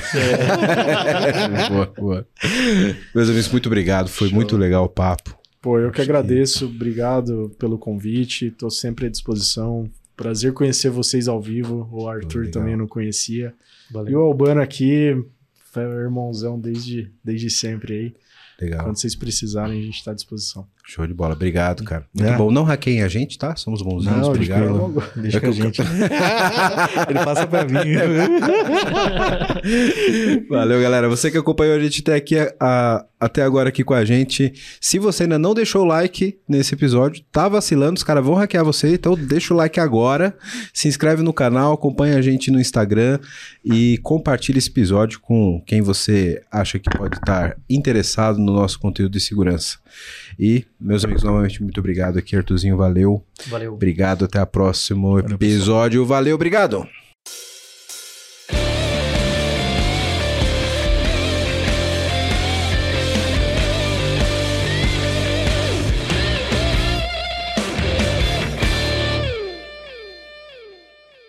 [SPEAKER 1] É. boa, boa. Meus amigos, muito obrigado. Foi Show. muito legal o papo.
[SPEAKER 2] Pô, eu que Acho agradeço. Que... Obrigado pelo convite. Estou sempre à disposição. Prazer conhecer vocês ao vivo. O Arthur legal. também não conhecia. Valeu. E o Albano aqui, foi irmãozão desde, desde sempre aí.
[SPEAKER 1] Legal.
[SPEAKER 2] Quando vocês precisarem, a gente está à disposição.
[SPEAKER 1] Show de bola. Obrigado, cara. Muito é. bom. Não hackeiem a gente, tá? Somos bonzinhos.
[SPEAKER 3] Não,
[SPEAKER 1] obrigado.
[SPEAKER 3] Deixa é com a gente. Ele passa pra mim.
[SPEAKER 1] Valeu, galera. Você que acompanhou a gente até aqui, a, até agora aqui com a gente. Se você ainda não deixou o like nesse episódio, tá vacilando, os caras vão hackear você, então deixa o like agora. Se inscreve no canal, acompanha a gente no Instagram e compartilha esse episódio com quem você acha que pode estar interessado no nosso conteúdo de segurança. E, meus amigos, novamente, muito obrigado aqui, Arthurzinho, valeu.
[SPEAKER 4] Valeu.
[SPEAKER 1] Obrigado, até o próximo episódio. Valeu, obrigado.